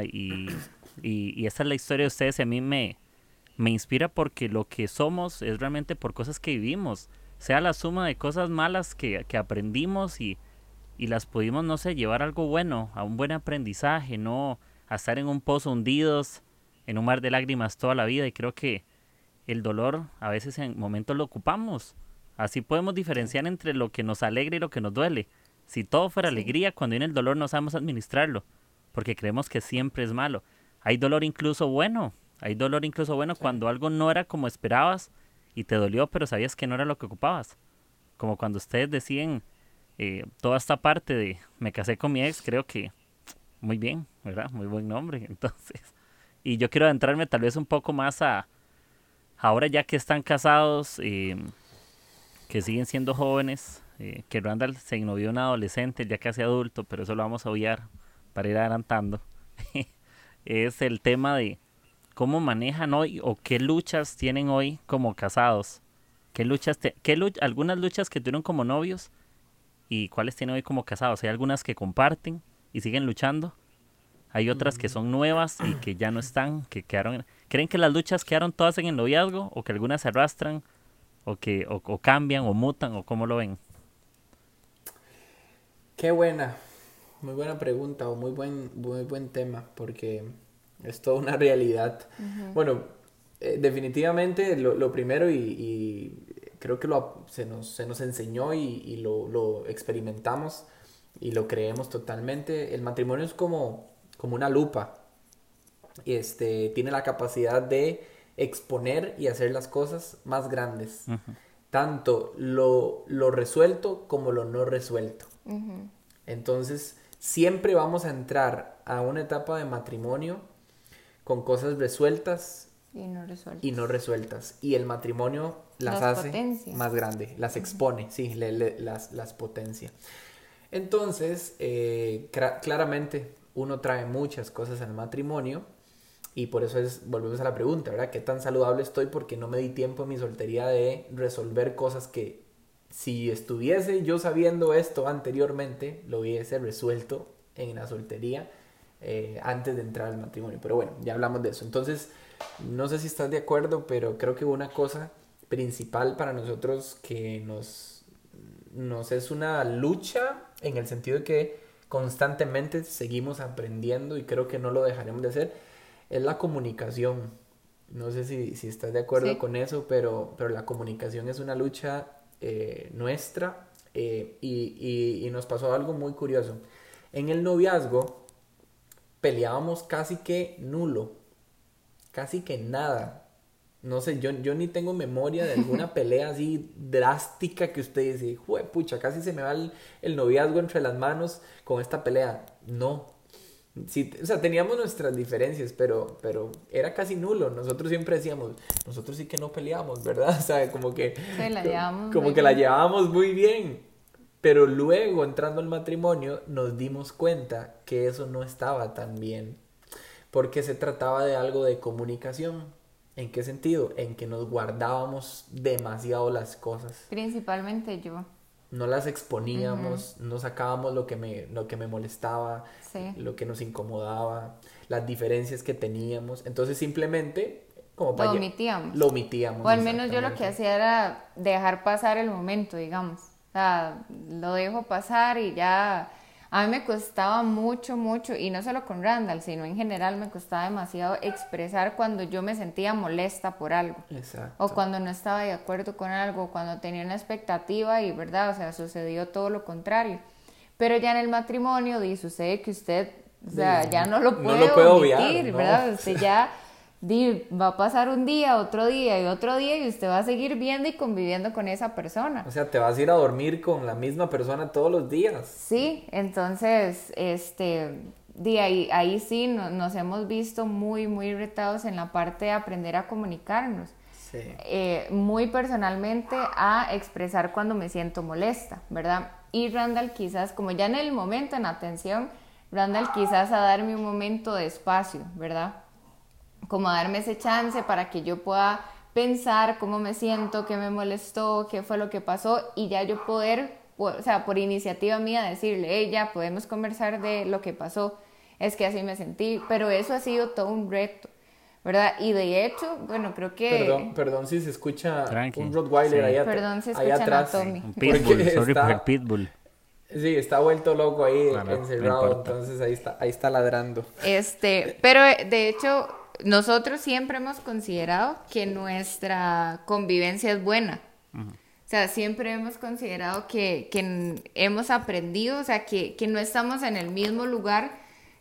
Y esta es la historia de ustedes. A mí me inspira porque lo que somos es realmente por cosas que vivimos. Sea la suma de cosas malas que aprendimos y las pudimos, no sé, llevar a algo bueno, a un buen aprendizaje, no a estar en un pozo hundidos, en un mar de lágrimas toda la vida. Y creo que el dolor a veces en momentos lo ocupamos. Así podemos diferenciar entre lo que nos alegra y lo que nos duele. Si todo fuera alegría, cuando viene el dolor no sabemos administrarlo, porque creemos que siempre es malo. hay dolor incluso bueno. Hay dolor incluso bueno cuando algo no era como esperabas y te dolió, pero sabías que no era lo que ocupabas. Como cuando ustedes deciden toda esta parte de me casé con mi ex, creo que muy bien, ¿verdad? Muy buen nombre. Entonces, y yo quiero adentrarme tal vez un poco más a ahora ya que están casados, que siguen siendo jóvenes, que Randall se ennovió un adolescente, ya casi adulto, pero eso lo vamos a obviar para ir adelantando. Es el tema de cómo manejan hoy o qué luchas tienen hoy como casados. Algunas luchas que tuvieron como novios y cuáles tienen hoy como casados. Hay algunas que comparten y siguen luchando. Hay otras que son nuevas y que ya no están, que quedaron. ¿Creen que las luchas quedaron todas en el noviazgo o que algunas se arrastran o que o cambian o mutan o cómo lo ven? Qué buena, muy buena pregunta o muy buen tema, porque es toda una realidad. Bueno, definitivamente lo primero y creo que se nos enseñó y lo experimentamos y lo creemos totalmente. El matrimonio es como una lupa. Tiene la capacidad de exponer y hacer las cosas más grandes. Tanto lo resuelto como lo no resuelto. Entonces, siempre vamos a entrar a una etapa de matrimonio con cosas resueltas y no resueltas. Y el matrimonio las hace potencia. Más grande, las expone, sí, las potencia. Entonces, claramente uno trae muchas cosas al matrimonio y por eso volvemos a la pregunta, ¿verdad? ¿Qué tan saludable estoy? Porque no me di tiempo en mi soltería de resolver cosas que si estuviese yo sabiendo esto anteriormente, lo hubiese resuelto en la soltería antes de entrar al matrimonio. Pero bueno, ya hablamos de eso. Entonces, no sé si estás de acuerdo, pero creo que una cosa principal para nosotros que nos es una lucha en el sentido de que constantemente seguimos aprendiendo y creo que no lo dejaremos de hacer, es la comunicación. No sé si estás de acuerdo con eso, pero la comunicación es una lucha nuestra y nos pasó algo muy curioso. En el noviazgo peleábamos casi que nulo, casi que nada. No sé, yo ni tengo memoria de alguna pelea así drástica que usted dice, pucha, casi se me va el noviazgo entre las manos con esta pelea. No. Sí, o sea, teníamos nuestras diferencias, pero era casi nulo. Nosotros siempre decíamos, nosotros sí que no peleamos, ¿verdad? O sea, como que la llevábamos muy bien. Pero luego, entrando al matrimonio, nos dimos cuenta que eso no estaba tan bien. Porque se trataba de algo de comunicación. ¿En qué sentido? En que nos guardábamos demasiado las cosas. Principalmente yo. No las exponíamos, no sacábamos lo que me molestaba, lo que nos incomodaba, las diferencias que teníamos. Entonces simplemente lo omitíamos. O al menos yo lo que hacía era dejar pasar el momento, digamos. O sea, lo dejo pasar y ya. A mí me costaba mucho, y no solo con Randall, sino en general me costaba demasiado expresar cuando yo me sentía molesta por algo. Exacto. O cuando no estaba de acuerdo con algo, cuando tenía una expectativa y, ¿verdad? O sea, sucedió todo lo contrario. Pero ya en el matrimonio sucede que usted, o sea, ya no lo puede omitir, ¿verdad? Usted ya va a pasar un día, otro día y otro día y usted va a seguir viendo y conviviendo con esa persona. O sea, te vas a ir a dormir con la misma persona todos los días. Sí, entonces, ahí sí nos hemos visto muy, muy retados en la parte de aprender a comunicarnos. Sí. Muy personalmente a expresar cuando me siento molesta, ¿verdad? Y Randall quizás, como ya en el momento, en atención, Randall quizás a darme un momento de espacio, ¿verdad? Como darme ese chance para que yo pueda pensar cómo me siento, qué me molestó, qué fue lo que pasó y ya yo poder, o sea, por iniciativa mía decirle, ya podemos conversar de lo que pasó, es que así me sentí, pero eso ha sido todo un reto, ¿verdad? Y de hecho, bueno, creo que... Perdón si se escucha un Rottweiler ahí atrás. Perdón si escuchan a Tommy. Un pitbull, sorry por el pitbull. Sí, está vuelto loco ahí encerrado, entonces ahí está ladrando. Pero de hecho... Nosotros siempre hemos considerado que nuestra convivencia es buena. O sea, siempre hemos considerado que hemos aprendido, o sea, que no estamos en el mismo lugar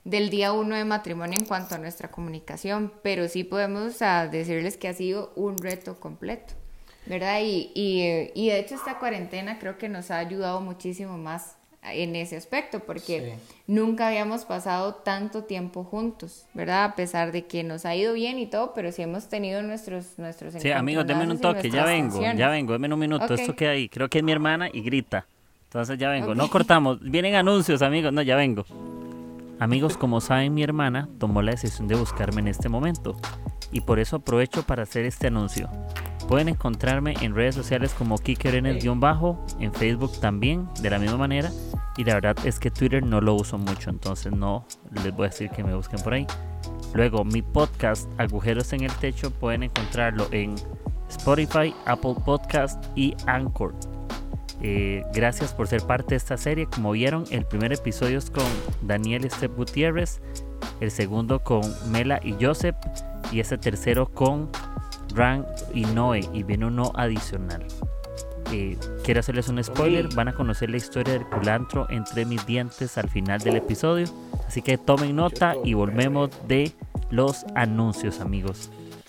del día uno de matrimonio en cuanto a nuestra comunicación, pero sí podemos decirles que ha sido un reto completo, ¿verdad? Y de hecho esta cuarentena creo que nos ha ayudado muchísimo más en ese aspecto, porque nunca habíamos pasado tanto tiempo juntos, ¿verdad? A pesar de que nos ha ido bien y todo, pero sí hemos tenido nuestros Sí, amigos, denme un toque, ya vengo, denme un minuto, okay. Esto que hay, creo que es mi hermana y grita, entonces ya vengo, okay. No cortamos, vienen anuncios, amigos, no, ya vengo. Amigos, como saben, mi hermana tomó la decisión de buscarme en este momento, y por eso aprovecho para hacer este anuncio. Pueden encontrarme en redes sociales como KikeOrenes_, en Facebook también, de la misma manera. Y la verdad es que Twitter no lo uso mucho, entonces no les voy a decir que me busquen por ahí. Luego, mi podcast Agujeros en el Techo pueden encontrarlo en Spotify, Apple Podcast y Anchor. Gracias por ser parte de esta serie. Como vieron, el primer episodio es con Daniel Estep Gutiérrez, el segundo con Mela y Joseph, y este tercero con Ran y Noé, y viene uno adicional. Quiero hacerles un spoiler, van a conocer la historia del culantro entre mis dientes al final del episodio, así que tomen nota y volvemos de los anuncios, amigos.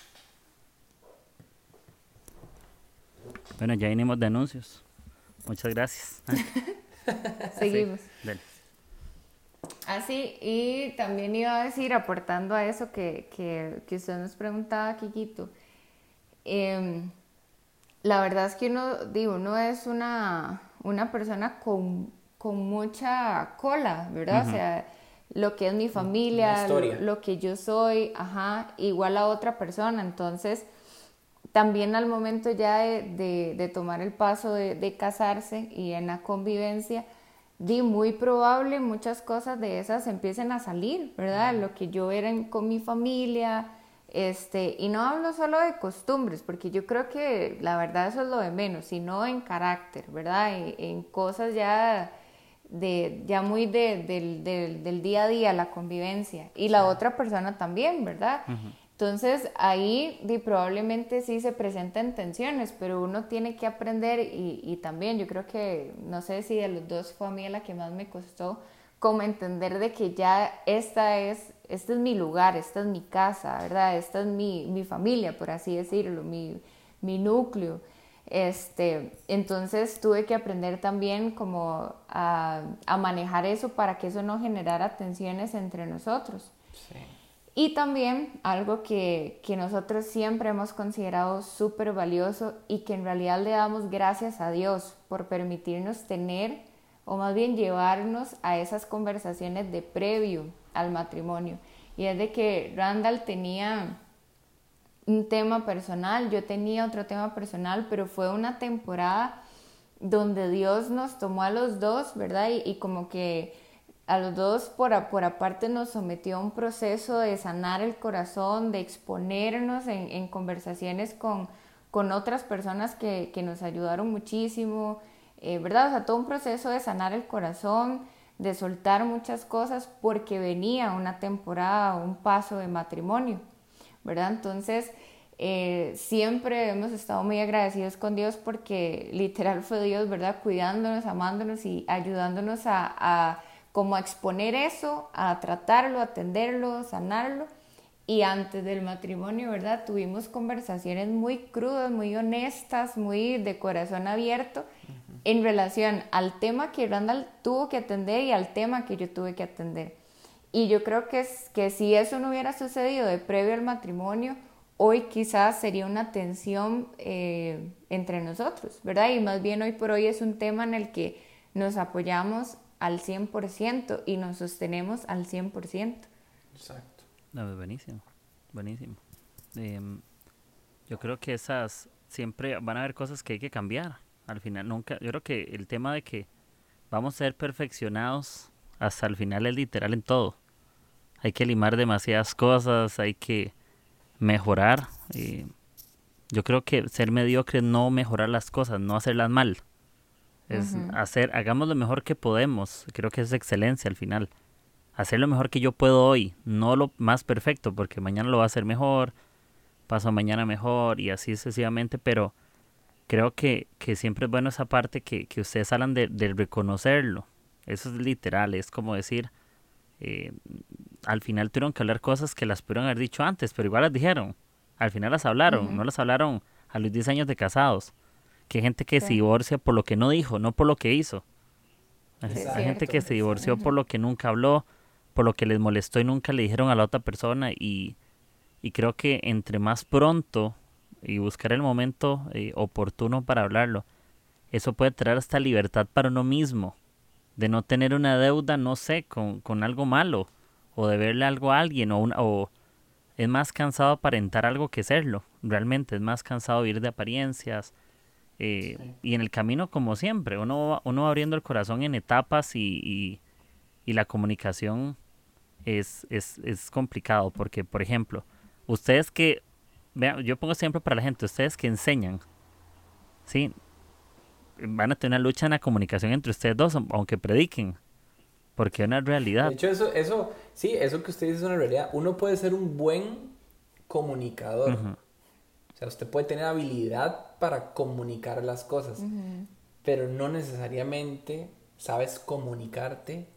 Bueno, ya venimos de anuncios, muchas gracias. Seguimos. Sí, así, y también iba a decir, aportando a eso que usted nos preguntaba, Kikito, la verdad es que uno es una persona con mucha cola, ¿verdad? Uh-huh. O sea, lo que es mi familia, lo que yo soy, igual a otra persona. Entonces, también al momento ya de tomar el paso de casarse y en la convivencia, muy probable muchas cosas de esas empiecen a salir, ¿verdad? Lo que yo era con mi familia. Y no hablo solo de costumbres, porque yo creo que la verdad eso es lo de menos, sino en carácter, ¿verdad? En cosas ya muy del día a día, la convivencia, y la otra persona también, ¿verdad? Uh-huh. Entonces ahí probablemente sí se presentan tensiones, pero uno tiene que aprender, y también yo creo que, no sé si de los dos fue a mí la que más me costó, como entender de que ya este es mi lugar, esta es mi casa, ¿verdad? Esta es mi familia, por así decirlo, mi núcleo. Entonces tuve que aprender también como a manejar eso para que eso no generara tensiones entre nosotros. Sí. Y también algo que nosotros siempre hemos considerado súper valioso y que en realidad le damos gracias a Dios por permitirnos tener, o más bien llevarnos a esas conversaciones de previo al matrimonio. Y es de que Randall tenía un tema personal, yo tenía otro tema personal, pero fue una temporada donde Dios nos tomó a los dos, ¿verdad? Y como que a los dos por aparte nos sometió a un proceso de sanar el corazón, de exponernos en conversaciones con otras personas que nos ayudaron muchísimo, ¿verdad? O sea, todo un proceso de sanar el corazón, de soltar muchas cosas, porque venía una temporada, un paso de matrimonio, ¿verdad? Entonces, siempre hemos estado muy agradecidos con Dios, porque literal fue Dios, ¿verdad? Cuidándonos, amándonos y ayudándonos a como a exponer eso, a tratarlo, a atenderlo, sanarlo. Y antes del matrimonio, ¿verdad? Tuvimos conversaciones muy crudas, muy honestas, muy de corazón abierto, uh-huh, en relación al tema que Randall tuvo que atender y al tema que yo tuve que atender. Y yo creo que si eso no hubiera sucedido de previo al matrimonio, hoy quizás sería una tensión entre nosotros, ¿verdad? Y más bien hoy por hoy es un tema en el que nos apoyamos al 100% y nos sostenemos al 100%. Exacto. No, buenísimo, buenísimo. Yo creo que esas siempre van a haber cosas que hay que cambiar. Al final nunca, yo creo que el tema de que vamos a ser perfeccionados hasta el final es literal en todo. Hay que limar demasiadas cosas, hay que mejorar. Yo creo que ser mediocre es no mejorar las cosas, no hacerlas mal. Es uh-huh, hagamos lo mejor que podemos. Creo que es excelencia al final. Hacer lo mejor que yo puedo hoy, no lo más perfecto, porque mañana lo va a hacer mejor, paso mañana mejor y así sucesivamente, pero creo que siempre es bueno esa parte que ustedes hablan de reconocerlo. Eso es literal, es como decir, al final tuvieron que hablar cosas que las pudieron haber dicho antes, pero igual las dijeron. Al final las hablaron, no las hablaron a los 10 años de casados. Que hay gente que se divorcia por lo que no dijo, no por lo que hizo. Hay gente que se divorció por lo que nunca habló, por lo que les molestó y nunca le dijeron a la otra persona. Y creo que entre más pronto y buscar el momento oportuno para hablarlo, eso puede traer hasta libertad para uno mismo. De no tener una deuda, no sé, con algo malo. O de verle algo a alguien. O es más cansado aparentar algo que serlo. Realmente es más cansado vivir de apariencias. Y en el camino, como siempre, uno va abriendo el corazón en etapas y la comunicación es complicado. Porque, por ejemplo, ustedes que, vean, yo pongo siempre para la gente, ustedes que enseñan, ¿sí? Van a tener una lucha en la comunicación entre ustedes dos, aunque prediquen, porque es una realidad. De hecho, eso que usted dice es una realidad. Uno puede ser un buen comunicador. O sea, usted puede tener habilidad para comunicar las cosas, pero no necesariamente sabes comunicarte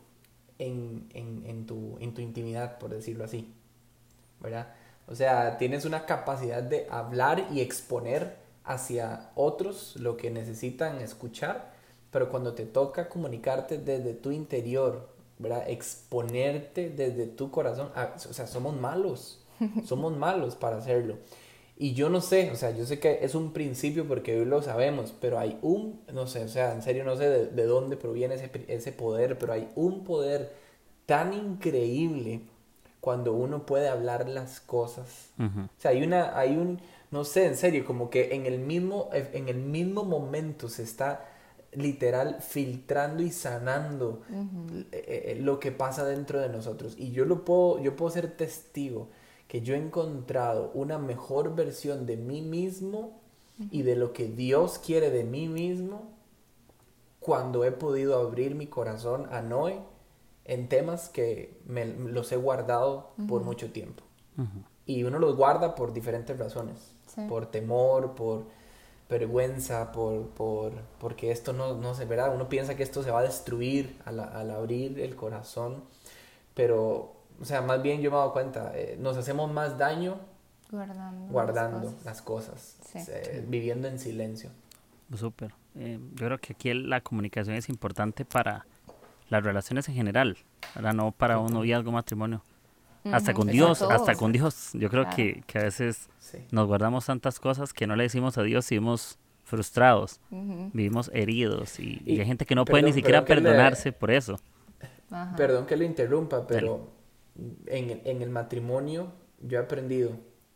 en tu intimidad, por decirlo así, ¿verdad? O sea, tienes una capacidad de hablar y exponer hacia otros lo que necesitan escuchar, pero cuando te toca comunicarte desde tu interior, ¿verdad? Exponerte desde tu corazón, o sea, somos malos para hacerlo. Y yo no sé, o sea, yo sé que es un principio porque hoy lo sabemos, pero hay no sé, o sea, en serio no sé de dónde proviene ese poder, pero hay un poder tan increíble cuando uno puede hablar las cosas. O sea, no sé, en serio, como que en el mismo momento se está literal filtrando y sanando lo que pasa dentro de nosotros. Y yo puedo ser testigo que yo he encontrado una mejor versión de mí mismo y de lo que Dios quiere de mí mismo cuando he podido abrir mi corazón a Noé en temas que los he guardado por mucho tiempo. Y uno los guarda por diferentes razones. Sí. Por temor, por vergüenza, porque esto no se verá. Uno piensa que esto se va a destruir al abrir el corazón. Pero, o sea, más bien yo me he dado cuenta, nos hacemos más daño guardando las cosas. Sí. Viviendo en silencio. Súper. Yo creo que aquí la comunicación es importante para las relaciones en general, ¿verdad? No para un noviazgo, matrimonio. Hasta con Dios, Yo creo que a veces nos guardamos tantas cosas que no le decimos a Dios y vivimos frustrados, vivimos heridos y hay gente que no puede ni siquiera perdonarse por eso. Ajá. Perdón que lo interrumpa, pero en el matrimonio yo he aprendido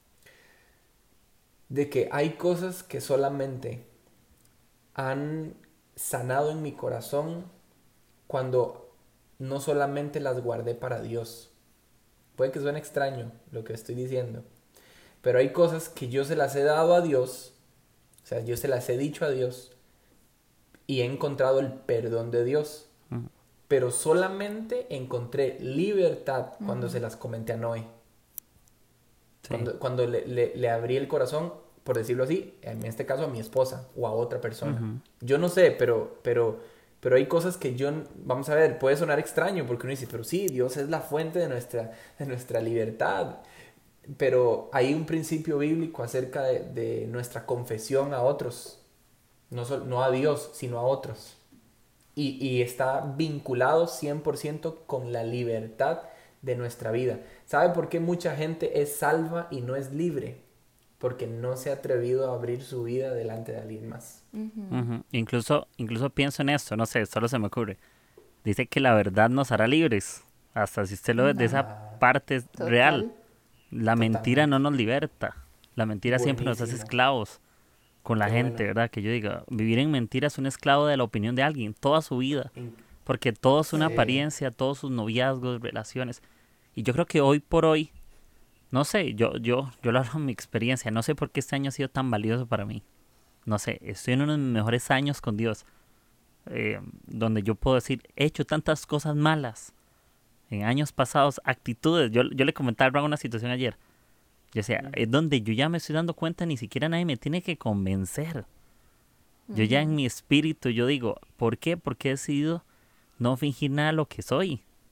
de que hay cosas que solamente han sanado en mi corazón cuando no solamente las guardé para Dios. Puede que suene extraño lo que estoy diciendo, pero hay cosas que yo se las he dado a Dios, o sea, yo se las he dicho a Dios y he encontrado el perdón de Dios, pero solamente encontré libertad cuando se las comenté a Noé. Sí. Cuando le abrí el corazón, por decirlo así, en este caso a mi esposa o a otra persona. Yo no sé, pero hay cosas que vamos a ver, puede sonar extraño porque uno dice, pero sí, Dios es la fuente de nuestra libertad. Pero hay un principio bíblico acerca de nuestra confesión a otros, no a Dios, sino a otros. Y está vinculado 100% con la libertad de nuestra vida. ¿Sabe por qué mucha gente es salva y no es libre? Porque no se ha atrevido a abrir su vida delante de alguien más. Incluso pienso en esto, no sé, solo se me ocurre. Dice que la verdad nos hará libres. Hasta si usted lo ve de esa parte real. La mentira no nos liberta. La mentira siempre nos hace esclavos con la gente, ¿verdad? Que yo diga, vivir en mentira es un esclavo de la opinión de alguien toda su vida. Porque todo es una apariencia, todos sus noviazgos, relaciones. Y yo creo que hoy por hoy, no sé, yo lo hablo en mi experiencia, no sé por qué este año ha sido tan valioso para mí. No sé, estoy en uno de mis mejores años con Dios, donde yo puedo decir, he hecho tantas cosas malas en años pasados, actitudes. Yo le comentaba a Ron una situación ayer. Yo decía, es donde yo ya me estoy dando cuenta, ni siquiera nadie me tiene que convencer. Yo ya en mi espíritu, yo digo, ¿por qué? Porque he decidido no fingir nada de lo que soy.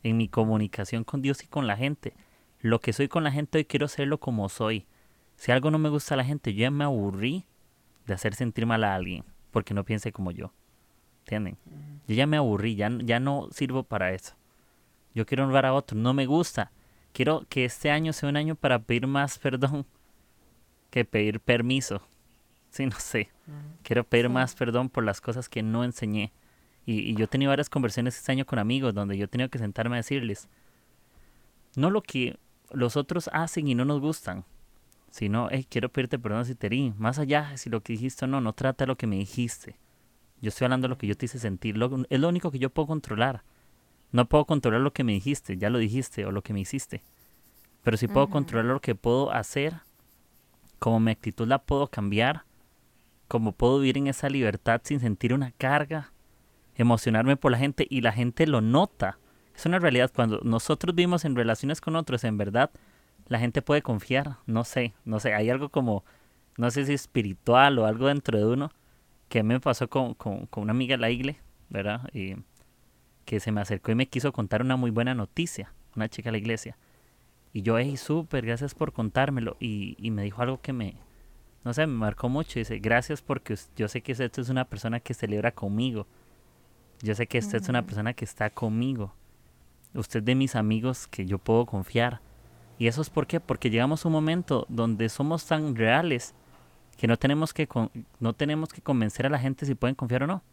en mi comunicación con Dios y con la gente. Lo que soy con la gente hoy quiero serlo como soy. Si algo no me gusta a la gente, yo ya me aburrí de hacer sentir mal a alguien porque no piense como yo. ¿Entienden? Yo ya me aburrí, ya no sirvo para eso. Yo quiero honrar a otros, no me gusta. Quiero que este año sea un año para pedir más perdón que pedir permiso. Sí, no sé. Quiero pedir más perdón por las cosas que no enseñé. Y yo he tenido varias conversaciones este año con amigos donde yo he tenido que sentarme a decirles, no lo que los otros hacen y no nos gustan, sino, quiero pedirte perdón si te herí. Más allá de si lo que dijiste o no, no trata lo que me dijiste. Yo estoy hablando de lo que yo te hice sentir. Es lo único que yo puedo controlar. No puedo controlar lo que me dijiste, ya lo dijiste, o lo que me hiciste. Pero sí puedo controlar lo que puedo hacer, como mi actitud la puedo cambiar, como puedo vivir en esa libertad sin sentir una carga, emocionarme por la gente y la gente lo nota. Es una realidad. Cuando nosotros vivimos en relaciones con otros, en verdad, la gente puede confiar. No sé, hay algo como, no sé si espiritual o algo dentro de uno, que me pasó con una amiga de la iglesia, ¿verdad? Que se me acercó y me quiso contar una muy buena noticia, una chica de la iglesia. Y yo, súper, gracias por contármelo. Y me dijo algo que me marcó mucho. Dice, gracias porque yo sé que usted es una persona que celebra conmigo. Yo sé que usted es una persona que está conmigo. Usted es de mis amigos que yo puedo confiar. ¿Y eso es por qué? Porque llegamos a un momento donde somos tan reales que no tenemos que convencer a la gente si pueden confiar o no.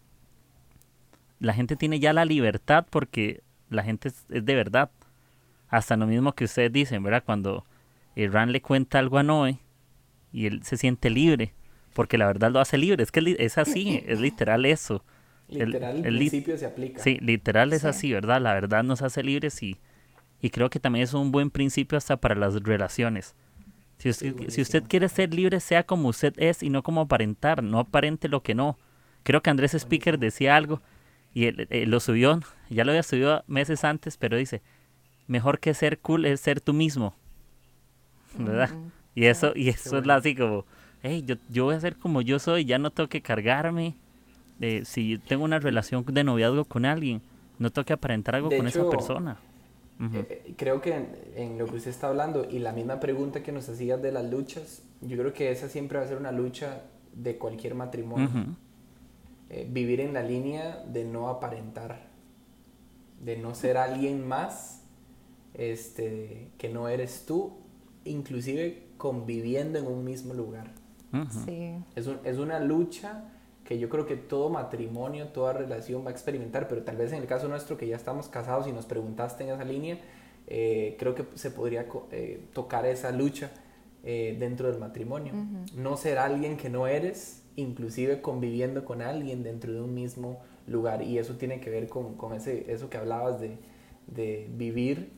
La gente tiene ya la libertad porque la gente es de verdad. Hasta lo mismo que ustedes dicen, ¿verdad? Cuando Ran le cuenta algo a Noé y él se siente libre, porque la verdad lo hace libre. Es que es así, es literal eso. Literal, el principio se aplica. Sí, literal es así, ¿verdad? La verdad nos hace libres y creo que también es un buen principio hasta para las relaciones. Si usted quiere ser libre, sea como usted es y no como aparentar. No aparente lo que no. Creo que Andrés Speaker decía algo y él lo subió, ya lo había subido meses antes, pero dice, mejor que ser cool es ser tú mismo, ¿verdad? Y eso es así como, yo voy a ser como yo soy, ya no tengo que cargarme. Si tengo una relación de noviazgo con alguien, no tengo que aparentar algo con esa persona. Creo que en lo que usted está hablando y la misma pregunta que nos hacías de las luchas, yo creo que esa siempre va a ser una lucha de cualquier matrimonio. Vivir en la línea de no aparentar, de no ser alguien más que no eres tú, inclusive conviviendo en un mismo lugar. Sí. Es una lucha que yo creo que todo matrimonio, toda relación va a experimentar, pero tal vez en el caso nuestro que ya estamos casados y nos preguntaste en esa línea, creo que se podría tocar esa lucha dentro del matrimonio. No ser alguien que no eres, inclusive conviviendo con alguien dentro de un mismo lugar, y eso tiene que ver con eso que hablabas de vivir.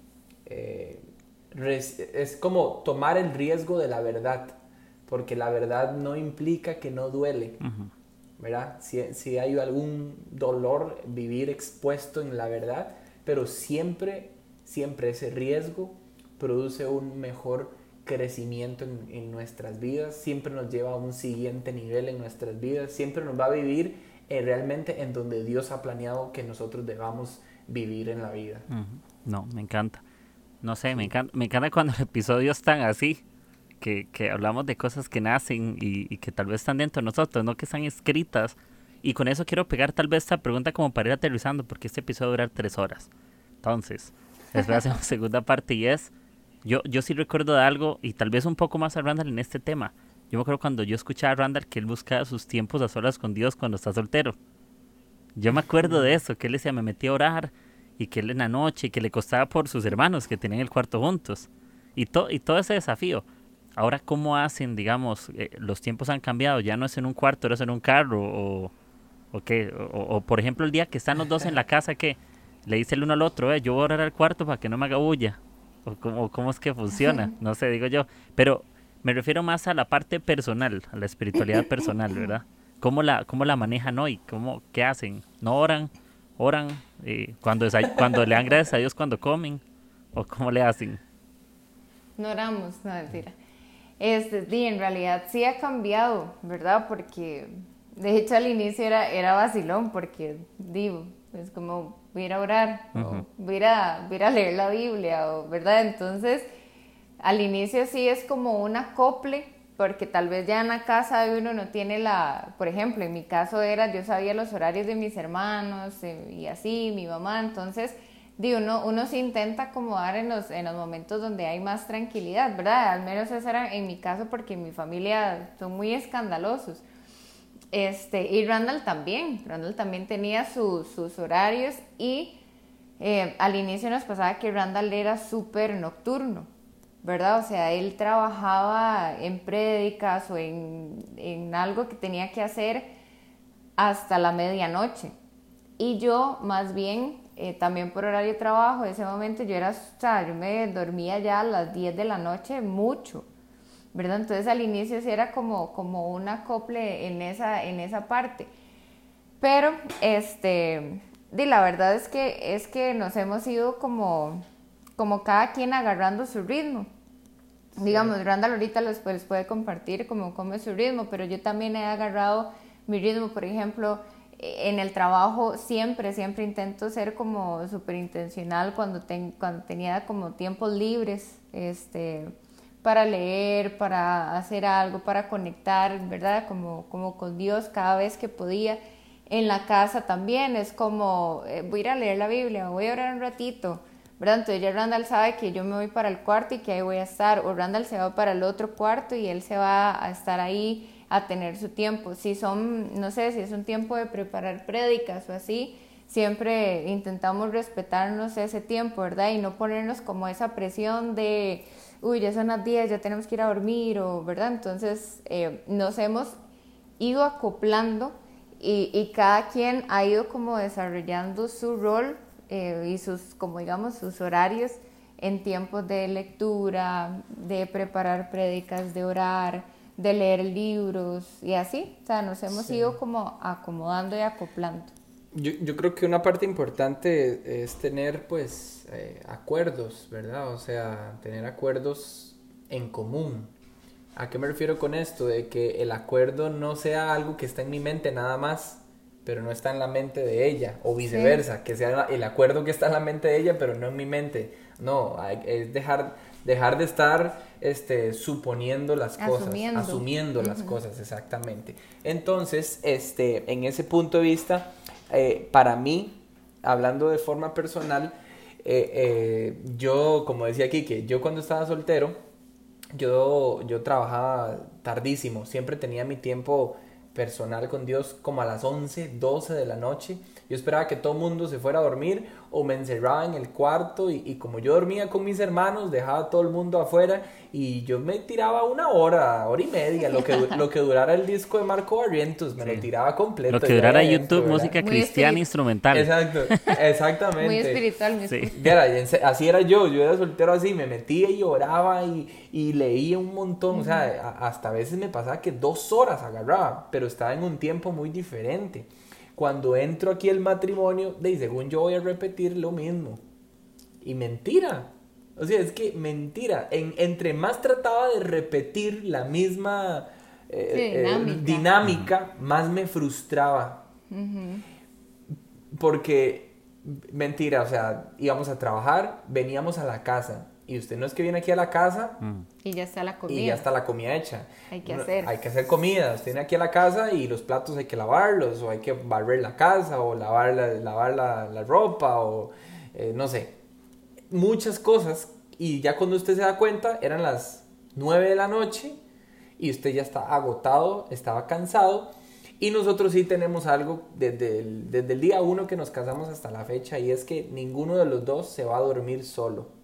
Es como tomar el riesgo de la verdad, porque la verdad no implica que no duele. ¿Verdad? Si hay algún dolor, vivir expuesto en la verdad, pero siempre ese riesgo produce un mejor crecimiento en nuestras vidas, siempre nos lleva a un siguiente nivel en nuestras vidas, siempre nos va a vivir realmente en donde Dios ha planeado que nosotros debamos vivir en la vida. No, me encanta. No sé, me encanta cuando los episodios están así. Que hablamos de cosas que nacen y que tal vez están dentro de nosotros, no que están escritas. Y con eso quiero pegar tal vez esta pregunta como para ir aterrizando, porque este episodio va a durar 3 horas. Entonces, después hacemos segunda parte y es, yo sí recuerdo de algo, y tal vez un poco más a Randall en este tema. Yo me acuerdo cuando yo escuchaba a Randall que él buscaba sus tiempos a solas con Dios cuando está soltero. Yo me acuerdo de eso, que él decía, me metí a orar, y que él en la noche, que le costaba por sus hermanos que tenían el cuarto juntos. Y todo ese desafío. Ahora, ¿cómo hacen, digamos, los tiempos han cambiado? Ya no es en un cuarto, ahora es en un carro, o qué, o por ejemplo el día que están los dos en la casa, que le dice el uno al otro, yo voy a orar al cuarto para que no me haga bulla, o cómo es que funciona, no sé, digo yo, pero me refiero más a la parte personal, a la espiritualidad personal, ¿verdad? ¿Cómo la manejan hoy? ¿Qué hacen? ¿No oran? Cuando le dan gracias a Dios cuando comen, o cómo le hacen? No oramos, no, mentira. En realidad sí ha cambiado, ¿verdad? Porque de hecho al inicio era vacilón, porque es como voy a ir a orar, Ujú. o voy a ir a leer la Biblia, o, ¿verdad? Entonces, al inicio sí es como un acople, porque tal vez ya en la casa de uno no tiene por ejemplo, en mi caso era, yo sabía los horarios de mis hermanos y así, mi mamá, entonces, uno se intenta acomodar en los momentos donde hay más tranquilidad, ¿verdad? Al menos eso era en mi caso, porque en mi familia son muy escandalosos. Y Randall también tenía sus horarios y al inicio nos pasaba que Randall era súper nocturno, ¿verdad? O sea, él trabajaba en prédicas o en algo que tenía que hacer hasta la medianoche. Y yo, más bien, también por horario de trabajo, en ese momento yo me dormía ya a las 10 de la noche mucho, ¿verdad? Entonces al inicio sí era como un acople en esa parte. Pero, la verdad es que nos hemos ido como cada quien agarrando su ritmo. Sí. Digamos, Randall ahorita les puede compartir cómo es su ritmo, pero yo también he agarrado mi ritmo. Por ejemplo, en el trabajo siempre intento ser como súper intencional cuando tenía como tiempos libres, para leer, para hacer algo, para conectar, ¿verdad? Como con Dios cada vez que podía. En la casa también es como, voy a ir a leer la Biblia, voy a orar un ratito, ¿verdad? Entonces ya Randall sabe que yo me voy para el cuarto y que ahí voy a estar, o Randall se va para el otro cuarto y él se va a estar ahí a tener su tiempo. No sé, si es un tiempo de preparar prédicas o así, siempre intentamos respetarnos ese tiempo, ¿verdad? Y no ponernos como esa presión de, ya son las 10, ya tenemos que ir a dormir, ¿verdad? Entonces nos hemos ido acoplando y cada quien ha ido como desarrollando su rol y sus horarios en tiempos de lectura, de preparar prédicas, de orar, de leer libros y así. O sea, nos hemos ido como acomodando y acoplando. Yo creo que una parte importante es tener pues acuerdos, ¿verdad? O sea, tener acuerdos en común. ¿A qué me refiero con esto? De que el acuerdo no sea algo que está en mi mente nada más, pero no está en la mente de ella, o viceversa, sí. Que sea el acuerdo que está en la mente de ella, pero no en mi mente. No, es dejar de estar suponiendo las cosas, asumiendo las cosas, exactamente. Entonces, en ese punto de vista, para mí, hablando de forma personal, yo, como decía Kike, yo cuando estaba soltero, yo trabajaba tardísimo, siempre tenía mi tiempo personal con Dios como a las 11, 12 de la noche. Yo esperaba que todo el mundo se fuera a dormir o me encerraba en el cuarto y como yo dormía con mis hermanos, dejaba a todo el mundo afuera y yo me tiraba una hora y media, lo que durara el disco de Marco Barrientos, me lo tiraba completo. Lo que durara YouTube, ¿verdad? música cristiana instrumental. Exacto, exactamente. Muy espiritual. Sí. Así era yo era soltero así, me metía y oraba y leía un montón, o sea, hasta a veces me pasaba que 2 horas agarraba, pero estaba en un tiempo muy diferente. Cuando entro aquí al matrimonio, según yo voy a repetir lo mismo. Y mentira. O sea, es que mentira. Entre más trataba de repetir la misma dinámica, más me frustraba. Uh-huh. Porque, mentira, o sea, íbamos a trabajar, veníamos a la casa. Y usted no es que viene aquí a la casa y ya está la comida. Y ya está la comida hecha. Hay que hacer comida. Usted viene aquí a la casa y los platos hay que lavarlos, o hay que barrer la casa, o lavar la ropa, o no sé. Muchas cosas. Y ya cuando usted se da cuenta, eran las 9 de la noche y usted ya está agotado, estaba cansado. Y nosotros sí tenemos algo desde el día 1 que nos casamos hasta la fecha, y es que ninguno de los dos se va a dormir solo.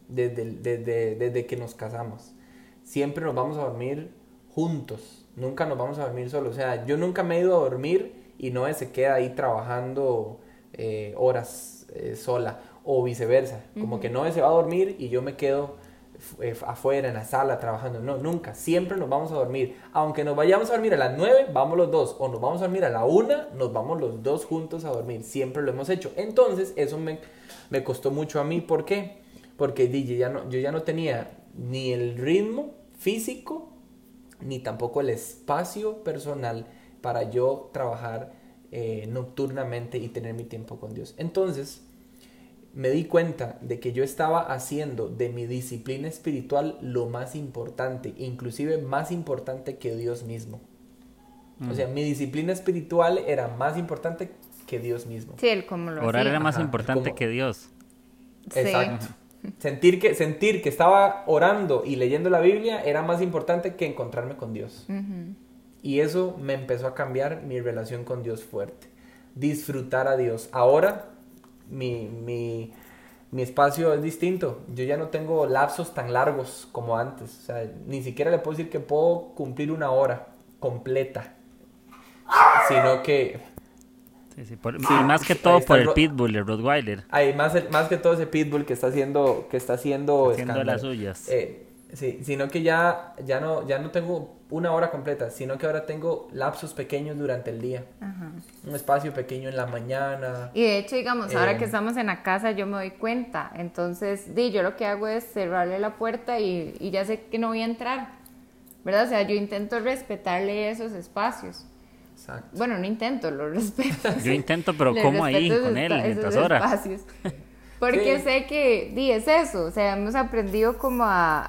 Desde que nos casamos siempre nos vamos a dormir juntos, nunca nos vamos a dormir solos. O sea, yo nunca me he ido a dormir y Noé se queda ahí trabajando horas sola, o viceversa, como que Noé se va a dormir y yo me quedo afuera en la sala trabajando. No, nunca, siempre nos vamos a dormir, aunque nos vayamos a dormir a las 9, vamos los dos, o nos vamos a dormir a la 1, nos vamos los dos juntos a dormir, siempre lo hemos hecho. Entonces eso me costó mucho a mí. ¿Por qué? Porque yo ya no tenía ni el ritmo físico, ni tampoco el espacio personal para yo trabajar nocturnamente y tener mi tiempo con Dios. Entonces, me di cuenta de que yo estaba haciendo de mi disciplina espiritual lo más importante, inclusive más importante que Dios mismo. O sea, mi disciplina espiritual era más importante que Dios mismo. Sí, el cómo lo Orar hacía. era más importante que Dios. Exacto. Sentir que estaba orando y leyendo la Biblia era más importante que encontrarme con Dios. Y eso me empezó a cambiar mi relación con Dios fuerte. Disfrutar a Dios. Ahora mi espacio es distinto. Yo ya no tengo lapsos tan largos como antes. O sea, ni siquiera le puedo decir que puedo cumplir una hora completa. Sino que... Sí, y más que todo por el Pitbull, el Rottweiler. Hay más que todo ese Pitbull que está haciendo haciendo las suyas. Sí, sino que ya no tengo una hora completa, sino que ahora tengo lapsos pequeños durante el día. Ajá. Un espacio pequeño en la mañana. Y de hecho, digamos, ahora que estamos en la casa yo me doy cuenta. Entonces, yo lo que hago es cerrarle la puerta y ya sé que no voy a entrar, ¿verdad? O sea, yo intento respetarle esos espacios. Exacto. Bueno, no intento, lo respeto. Yo intento, pero ¿cómo ahí con él mientras ora? Espacios. Porque sé que es eso, o sea, hemos aprendido como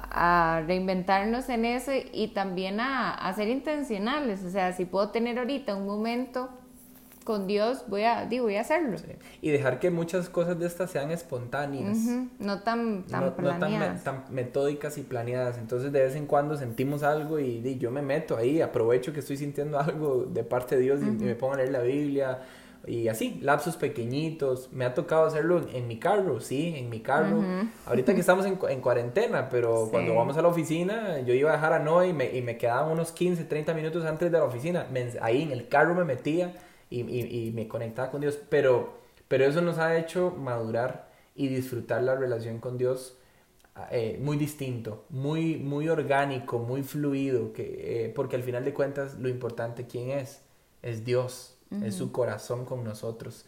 a reinventarnos en eso y también a ser intencionales. O sea, si puedo tener ahorita un momento con Dios, voy a hacerlo. Sí. Y dejar que muchas cosas de estas sean espontáneas. No tan planeadas. No tan metódicas y planeadas. Entonces de vez en cuando sentimos algo y yo me meto ahí, aprovecho que estoy sintiendo algo de parte de Dios y me pongo a leer la Biblia. Y así, lapsos pequeñitos. Me ha tocado hacerlo en mi carro, sí, en mi carro. Ahorita que estamos en cuarentena, pero cuando vamos a la oficina, yo iba a dejar a Noé y me quedaban unos 15, 30 minutos antes de la oficina. Ahí en el carro me metía y me conectaba con Dios. Pero eso nos ha hecho madurar y disfrutar la relación con Dios muy distinto, muy, muy orgánico, muy fluido, porque al final de cuentas lo importante, ¿quién es? Es Dios. Es su corazón con nosotros.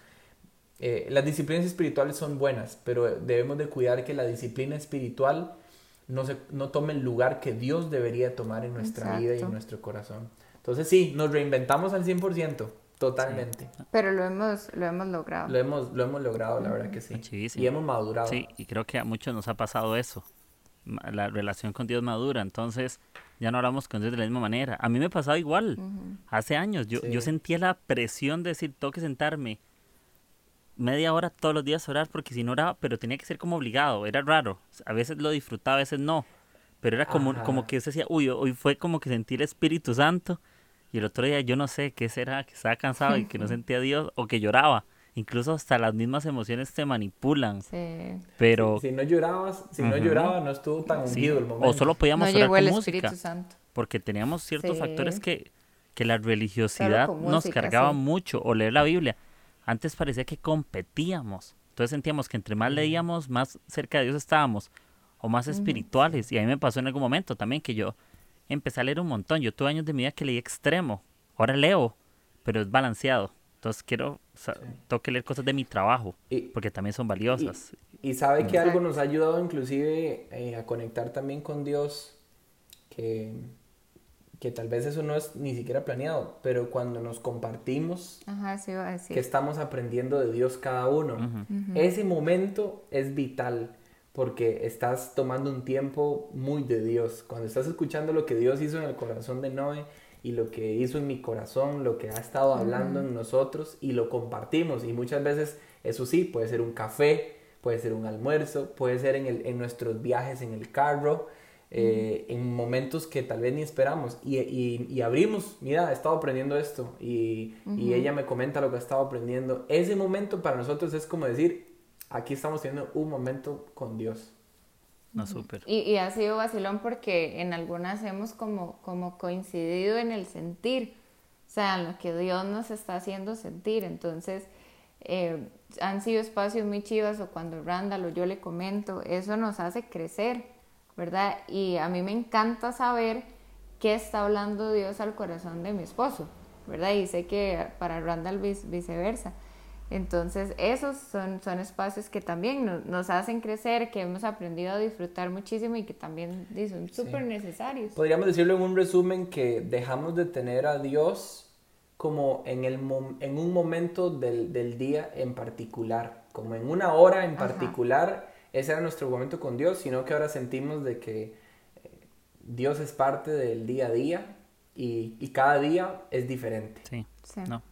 Las disciplinas espirituales son buenas, pero debemos de cuidar que la disciplina espiritual no tome el lugar que Dios debería tomar en nuestra vida y en nuestro corazón. Entonces sí, nos reinventamos al 100%, totalmente. Sí. Pero lo hemos logrado. Lo hemos logrado, la verdad que sí. Muchísimo. Y hemos madurado. Sí, y creo que a muchos nos ha pasado eso. La relación con Dios madura, entonces ya no hablamos con Dios de la misma manera. A mí me pasaba igual. Hace años yo sentía la presión de decir, tengo que sentarme media hora todos los días a orar, porque si no oraba, pero tenía que ser como obligado, era raro. A veces lo disfrutaba, a veces no, pero era como que se decía, hoy fue como que sentí el Espíritu Santo, y el otro día yo no sé qué será, que estaba cansado y que no sentía a Dios, o que lloraba. Incluso hasta las mismas emociones te manipulan. Sí. Pero si no llorabas, no estuvo tan ungido el momento. O solo podíamos orar con música. Espíritu Santo. Porque teníamos ciertos factores que la religiosidad nos cargaba mucho. O leer la Biblia. Antes parecía que competíamos. Entonces sentíamos que entre más leíamos, más cerca de Dios estábamos. O más espirituales. Y a mí me pasó en algún momento también que yo empecé a leer un montón. Yo tuve años de mi vida que leí extremo. Ahora leo, pero es balanceado. Entonces tengo que leer cosas de mi trabajo, porque también son valiosas. Y sabe que algo nos ha ayudado inclusive a conectar también con Dios, que tal vez eso no es ni siquiera planeado, pero cuando nos compartimos, sí iba a decir. Que estamos aprendiendo de Dios cada uno, ese momento es vital, porque estás tomando un tiempo muy de Dios. Cuando estás escuchando lo que Dios hizo en el corazón de Noé, y lo que hizo en mi corazón, lo que ha estado hablando en nosotros, y lo compartimos. Y muchas veces, eso sí, puede ser un café, puede ser un almuerzo, puede ser en nuestros viajes en el carro, en momentos que tal vez ni esperamos. Y abrimos, mira, he estado aprendiendo esto, y ella me comenta lo que ha estado aprendiendo. Ese momento para nosotros es como decir, aquí estamos teniendo un momento con Dios. No, súper. Y ha sido vacilón porque en algunas hemos como coincidido en el sentir, o sea, en lo que Dios nos está haciendo sentir. Entonces, han sido espacios muy chivas, o cuando Randall o yo le comento, eso nos hace crecer, ¿verdad? Y a mí me encanta saber qué está hablando Dios al corazón de mi esposo, ¿verdad? Y sé que para Randall viceversa. Entonces esos son espacios que también nos hacen crecer, que hemos aprendido a disfrutar muchísimo y que también son súper necesarios. Podríamos decirlo en un resumen, que dejamos de tener a Dios como en un momento del día en particular, como en una hora en particular. Ese era nuestro momento con Dios, sino que ahora sentimos de que Dios es parte del día a día y cada día es diferente. Sí. No,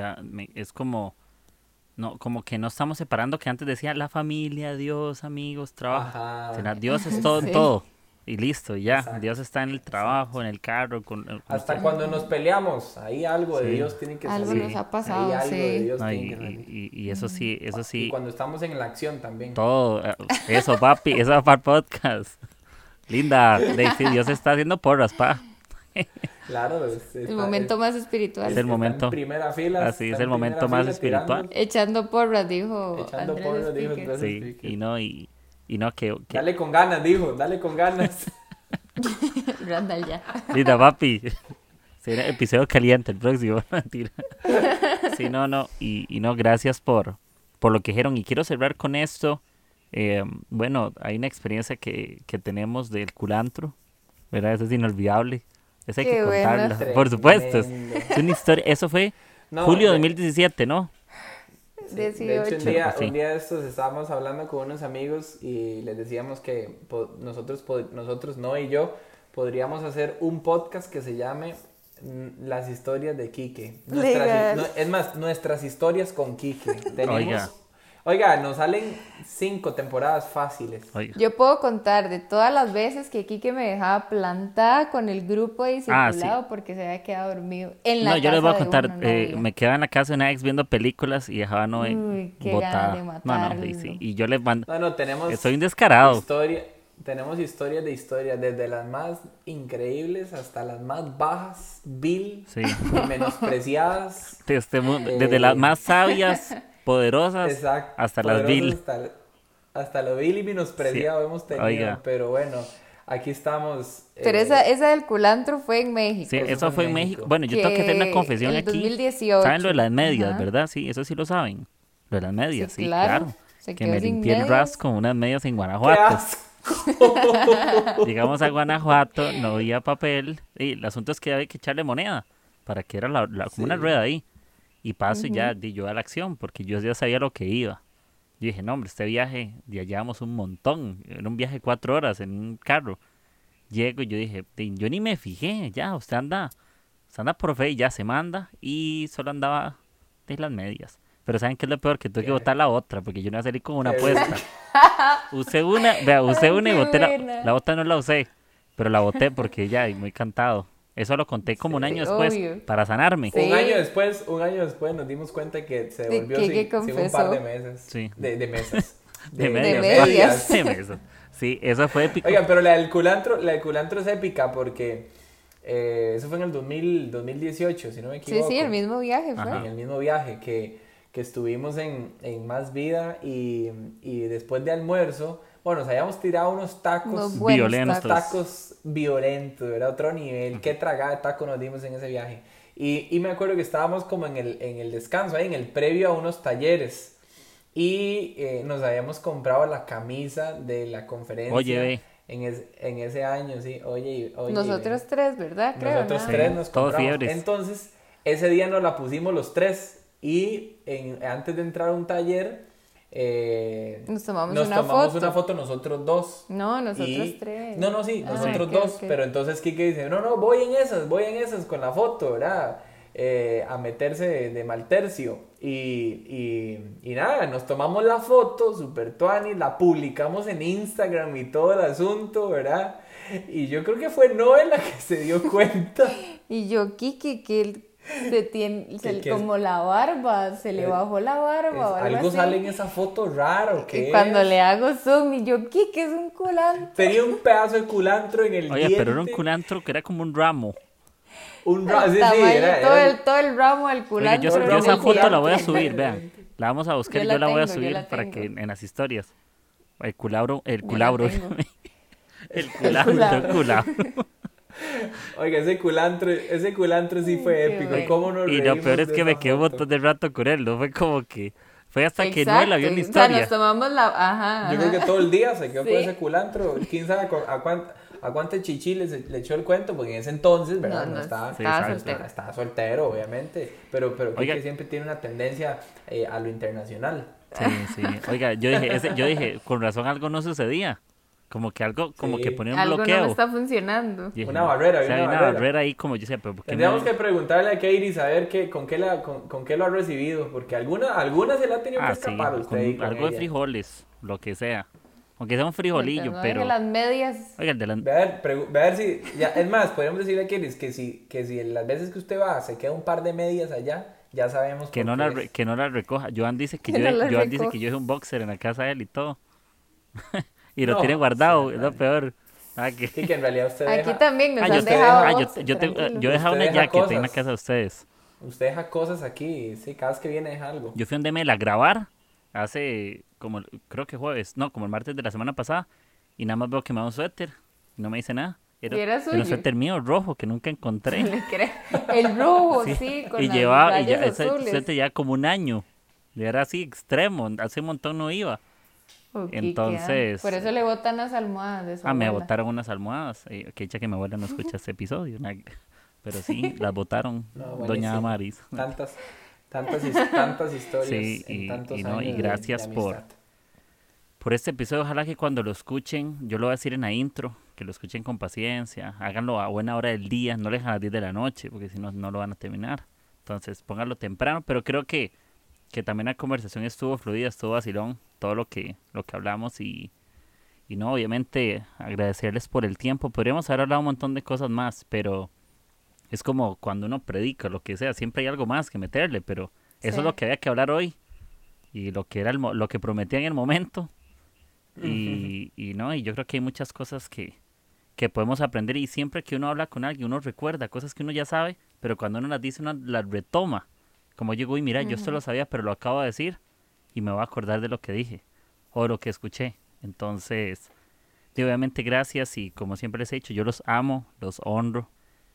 es como... No, como que no estamos separando, que antes decía la familia, Dios, amigos, trabajo. Ajá. O sea, Dios es todo en todo. Y listo, ya. Exacto. Dios está en el trabajo, en el carro. Hasta cuando nos peleamos, ahí algo de Dios tiene que salir. Algo nos ha pasado, Ahí algo de Dios No, tiene que salir. y eso sí, Y cuando estamos en la acción también. todo. Eso, papi, eso va para el podcast. Linda, Daisy, Dios está haciendo porras, pa. Claro, El momento más espiritual. Es el momento. En primera fila. Así es está el en momento primera más fila espiritual. Echando porras, dijo Echando Andrés porras, dijo Speaker. Andrés. Sí, y no, que Dale con ganas, dijo, dale con ganas. Randall ya. linda, papi. Será episodio caliente el próximo. Mentira. Sí, no. Y no, gracias por lo que dijeron. Y quiero cerrar con esto. Bueno, hay una experiencia que tenemos del culantro, ¿verdad? Eso es inolvidable. Esa hay Qué que bueno. contarla. Por supuesto. Tremendo. Es una historia. Eso fue No, julio de 2017, ¿no? Sí, de hecho, 18. Sí. un día de estos estábamos hablando con unos amigos y les decíamos que nosotros, no y yo, podríamos hacer un podcast que se llame Las historias de Quique. Legal. Es más, nuestras historias con Quique. Oiga. Oiga, nos salen 5 temporadas fáciles. Oiga. Yo puedo contar de todas las veces que Kike me dejaba plantada con el grupo de discipulado porque se había quedado dormido en la No, casa yo les voy a de contar. uno, no había. Me quedaba en la casa de una ex viendo películas y dejaba no Uy, qué botada. ganas de No, matarlo. sí. Y yo les mando. No, tenemos Soy un descarado. tenemos historias de historias, desde las más increíbles hasta las más bajas, vil Sí. y menospreciadas. De este mundo, desde las más sabias, poderosas, Exacto. hasta las vil. Hasta lo vil y menospreciado Sí. hemos tenido. Oiga. Pero bueno, aquí estamos. Pero esa del culantro fue en México. Sí, eso fue en México. Bueno, yo Que tengo que hacer una confesión el aquí. 2018. ¿Saben lo de las medias, Ajá. verdad? Sí, eso sí lo saben. Lo de las medias, Sí, sí, claro. claro. Se Que quedó me sin limpié el medias. ras con unas medias en ¡Qué Guanajuato. asco! Llegamos a Guanajuato, no había papel. Y el asunto es que había que echarle moneda para que era como una rueda ahí. Y paso y ya di yo a la acción porque yo ya sabía lo que iba. Yo dije, no, hombre, este viaje, ya llevamos un montón. Era un viaje de 4 horas en un carro. Llego y yo dije, yo ni me fijé, ya, usted anda por fe y ya se manda. Y solo andaba de las medias. Pero ¿saben qué es lo peor? Que tuve que botar la otra porque yo no iba a salir con una puesta. Usé una y qué boté buena. la otra no la usé, pero la boté porque ya, y muy cantado. Eso lo conté como un año después obvio. para sanarme. Sí. Un año después nos dimos cuenta que se devolvió que sin un confesó. par de mesas. Sí. De mesas. De medias. medias. De medias. Sí, eso fue épico. Oigan, pero la del culantro es épica porque eso fue en el 2018, si no me Sí, equivoco. sí, el mismo viaje fue. Ajá. En el mismo viaje que estuvimos en Más Vida y después de almuerzo, bueno, nos habíamos tirado unos tacos. Unos buenos violentos. Tacos violentos, era otro nivel. Qué tragada de taco nos dimos en ese viaje. Y me acuerdo que estábamos como en el descanso, ahí en el previo a unos talleres. Y nos habíamos comprado la camisa de la conferencia. Oye, ve. En ese año, sí. Oye, Nosotros tres, ¿verdad? Creo, nosotros ¿no? tres Sí, nos todos compramos. fiebres. Entonces, ese día nos la pusimos los tres. Y antes de entrar a un taller, Nos tomamos una foto nosotros dos. No, nosotros Y- tres. No, sí, Ah, nosotros ok, dos. ok. Pero entonces Kike dice, no, voy en esas con la foto, ¿verdad? A meterse de mal tercio. Y nada, nos tomamos la foto, super tuanis, la publicamos en Instagram y todo el asunto, ¿verdad? Y yo creo que fue Noel la que se dio cuenta. Y yo, Kike, que él Que como la barba, se le bajó la barba o algo algo así. sale en esa foto raro, ¿qué Y cuando es? le hago zoom, y yo, Kike, es un culantro. Tenía un pedazo de culantro en el Oye, diente. pero era un culantro que era como un ramo. Un El sí, tamaño, era todo el ramo del Oye, culantro. yo era esa un foto la voy a culantro. subir, vean. La vamos a buscar y Yo yo la la voy a tengo, yo subir la para tengo. que en las historias. El culabro. Yo la tengo. El culabro. Oiga, ese culantro sí fue Qué épico. bueno. ¿Cómo nos Y lo reímos peor es de que me esa quedé un foto? montón de rato con él, no fue como que Fue hasta que no la vio en la historia. O sea, nos tomamos la... Ajá. Yo creo que todo el día se quedó Sí. con ese culantro. ¿Quién sabe a cuánto chichi le echó el cuento? Porque en ese entonces, ¿verdad? No, No estaba, Sí, estaba exacto. soltero. estaba soltero, obviamente. Pero Oiga. que siempre tiene una tendencia a lo internacional. Sí. Oiga, yo dije, con razón algo no sucedía. Como que algo, como Sí. que ponía un Algo bloqueo. no me está funcionando. Dije, Una barrera, o sea, había hay una una barrera. barrera ahí, como yo decía, pero ¿por qué Tendríamos no? que preguntarle a Katie saber con qué lo ha recibido. Porque alguna se la ha tenido que Sí, escapar a usted. y con algo de ella. frijoles, lo que sea. Aunque sea un frijolillo, Mientras no pero... deje las medias. Oiga, el de la... Ve a ver si. Ya, es más, podríamos decirle a Katie que si las veces que usted va se queda un par de medias allá, ya sabemos Que por no, qué es. que no la recoja. Joan dice que Que no la Joan dice recoja. que yo soy un boxer en la casa de él y todo. Y lo No, tiene guardado, o sea, es lo peor. Sí, que en realidad usted Aquí deja, también nos yo han te dejado yo, boxer, yo, tranquilo. yo he dejado Usted una deja jacket en la cosas. casa de ustedes. usted deja cosas aquí. Sí, cada vez que viene deja algo. Yo fui a un DML a grabar hace como, creo que jueves, no, como el martes de la semana pasada. Y nada más veo que me da un suéter. Y no me dice nada. ¿Y era un suyo? suéter mío rojo que nunca encontré. Le creo. El rojo, sí, con Y las llevaba, y ya, rayas ese azules. suéter ya como un año. Y era así extremo. Hace un montón no iba. Ok, Entonces- Por eso le botan las almohadas de su Me abuela. botaron unas almohadas. Que dicha que mi abuela no escucha este episodio. Pero sí, las botaron No, doña buenísimo. Damaris. Tantas historias Sí, en tantos y años gracias de por- amistad. Por este episodio, ojalá que cuando lo escuchen, yo lo voy a decir en la intro, que lo escuchen con paciencia, háganlo a buena hora del día, no le dejen a las 10 de la noche, porque si no, no lo van a terminar. Entonces, pónganlo temprano, pero creo que también la conversación estuvo fluida, estuvo vacilón, todo lo que hablamos y no, obviamente, agradecerles por el tiempo. Podríamos haber hablado un montón de cosas más, pero es como cuando uno predica, lo que sea, siempre hay algo más que meterle, pero eso Sí. es lo que había que hablar hoy y lo que era lo que prometía en el momento. Y yo creo que hay muchas cosas que podemos aprender y siempre que uno habla con alguien uno recuerda cosas que uno ya sabe, pero cuando uno las dice uno las retoma. Como yo digo, y mira, yo esto lo sabía, pero lo acabo de decir y me voy a acordar de lo que dije o lo que escuché. Entonces, obviamente gracias y como siempre les he dicho, yo los amo, los honro.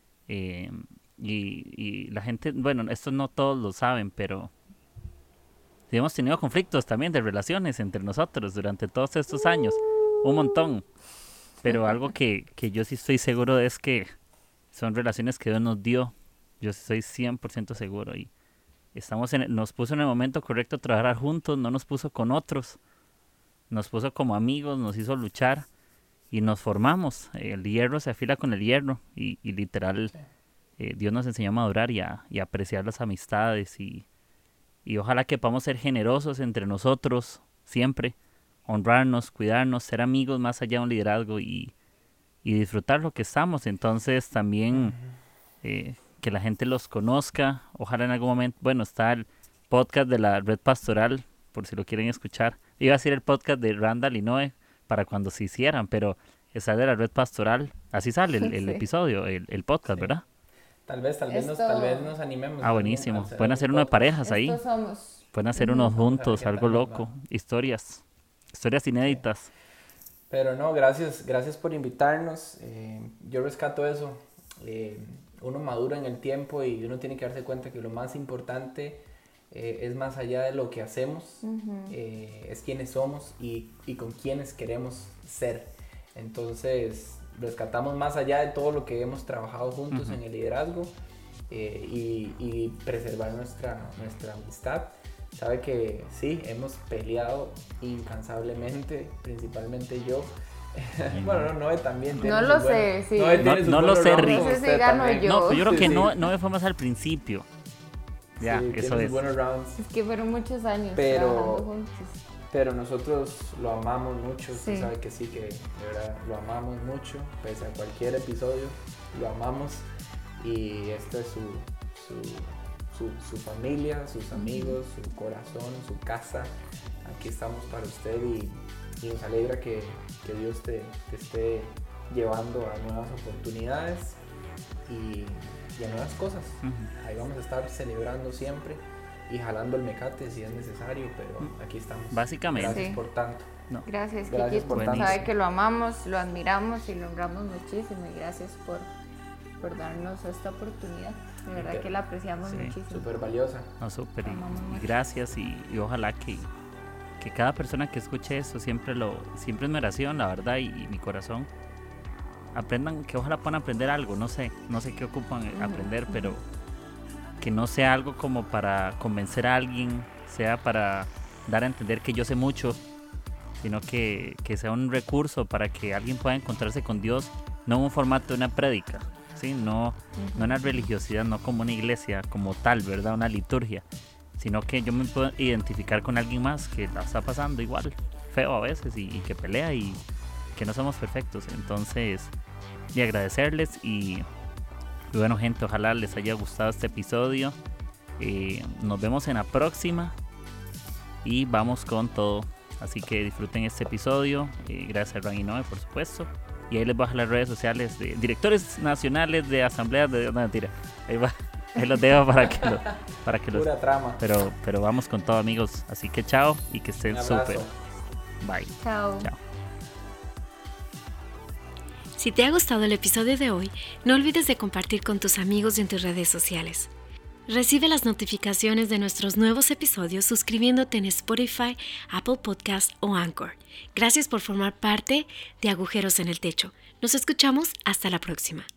Y la gente, bueno, esto no todos lo saben, pero hemos tenido conflictos también de relaciones entre nosotros durante todos estos años, un montón. Pero algo que yo sí estoy seguro es que son relaciones que Dios nos dio. Yo estoy 100% seguro y nos puso en el momento correcto a trabajar juntos, no nos puso con otros, nos puso como amigos, nos hizo luchar y nos formamos. El hierro se afila con el hierro y literal Dios nos enseñó a madurar y a apreciar las amistades y ojalá que podamos ser generosos entre nosotros siempre, honrarnos, cuidarnos, ser amigos más allá de un liderazgo y disfrutar lo que estamos. Entonces también que la gente los conozca, ojalá en algún momento, bueno, está el podcast de la Red Pastoral, por si lo quieren escuchar. Iba a decir el podcast de Randall y Noé para cuando se hicieran, pero está el de la Red Pastoral, así sale el Sí. episodio, el podcast, Sí. ¿verdad? Tal vez nos animemos. Buenísimo. a Pueden hacer uno de podcast. parejas ahí. Estos somos. Pueden hacer unos juntos, ¿qué algo tal nos loco. va? Historias inéditas. Pero no, gracias por invitarnos. Yo rescato eso. Uno madura en el tiempo y uno tiene que darse cuenta que lo más importante es más allá de lo que hacemos, es quiénes somos y con quiénes queremos ser. Entonces, rescatamos más allá de todo lo que hemos trabajado juntos en el liderazgo y preservar nuestra amistad. Sabe que sí, hemos peleado incansablemente, principalmente yo. Bueno, Noé también tiene No sus lo buenos- sé, sí. Noé tiene sus No lo buenos sé, rounds Rick. con No sé si usted gano también. yo. No, pues yo creo que Sí. no me fue más al principio. Ya, Sí, eso tiene sus es. buenos rounds. Es que fueron muchos años Pero- trabajando juntos. Pero nosotros lo amamos mucho, usted Sí. sabe que sí, que de verdad lo amamos mucho, pese a cualquier episodio, lo amamos y esta es su familia, sus amigos, su corazón, su casa. Aquí estamos para usted y nos alegra que Dios te esté llevando a nuevas oportunidades y a nuevas cosas. Ujú. Ahí vamos a estar celebrando siempre y jalando el mecate si es necesario, pero aquí estamos. Básicamente. Gracias Sí. por tanto. No. Gracias, Gracias Kikito. por tanto. Sabe que lo amamos, lo admiramos y lo honramos muchísimo. Y gracias por darnos esta oportunidad. De verdad que la apreciamos Sí. muchísimo. Súper valiosa. No, súper. Amamos Y mucho. gracias. Y ojalá que cada persona que escuche esto, siempre es mi oración, la verdad, y mi corazón. Aprendan, que ojalá puedan aprender algo. No sé qué ocupan aprender, pero que no sea algo como para convencer a alguien, sea para dar a entender que yo sé mucho, sino que sea un recurso para que alguien pueda encontrarse con Dios, no en un formato de una prédica, ¿sí? No una religiosidad, no como una iglesia como tal, ¿verdad? Una liturgia, sino que yo me puedo identificar con alguien más que la está pasando igual, feo a veces, y que pelea, y que no somos perfectos. Entonces, y agradecerles, y bueno, gente, ojalá les haya gustado este episodio. Nos vemos en la próxima y vamos con todo. Así que disfruten este episodio. Gracias a Ran y Noe, por supuesto. Y ahí les bajo las redes sociales de directores nacionales de asambleas de... No, mentira. Ahí los dejo para que los... Pura trama. Pero vamos con todo, amigos. Así que chao y que estén Un abrazo. súper. Bye. Chao. Chao. Si te ha gustado el episodio de hoy, no olvides de compartir con tus amigos y en tus redes sociales. Recibe las notificaciones de nuestros nuevos episodios suscribiéndote en Spotify, Apple Podcast o Anchor. Gracias por formar parte de Agujeros en el Techo. Nos escuchamos hasta la próxima.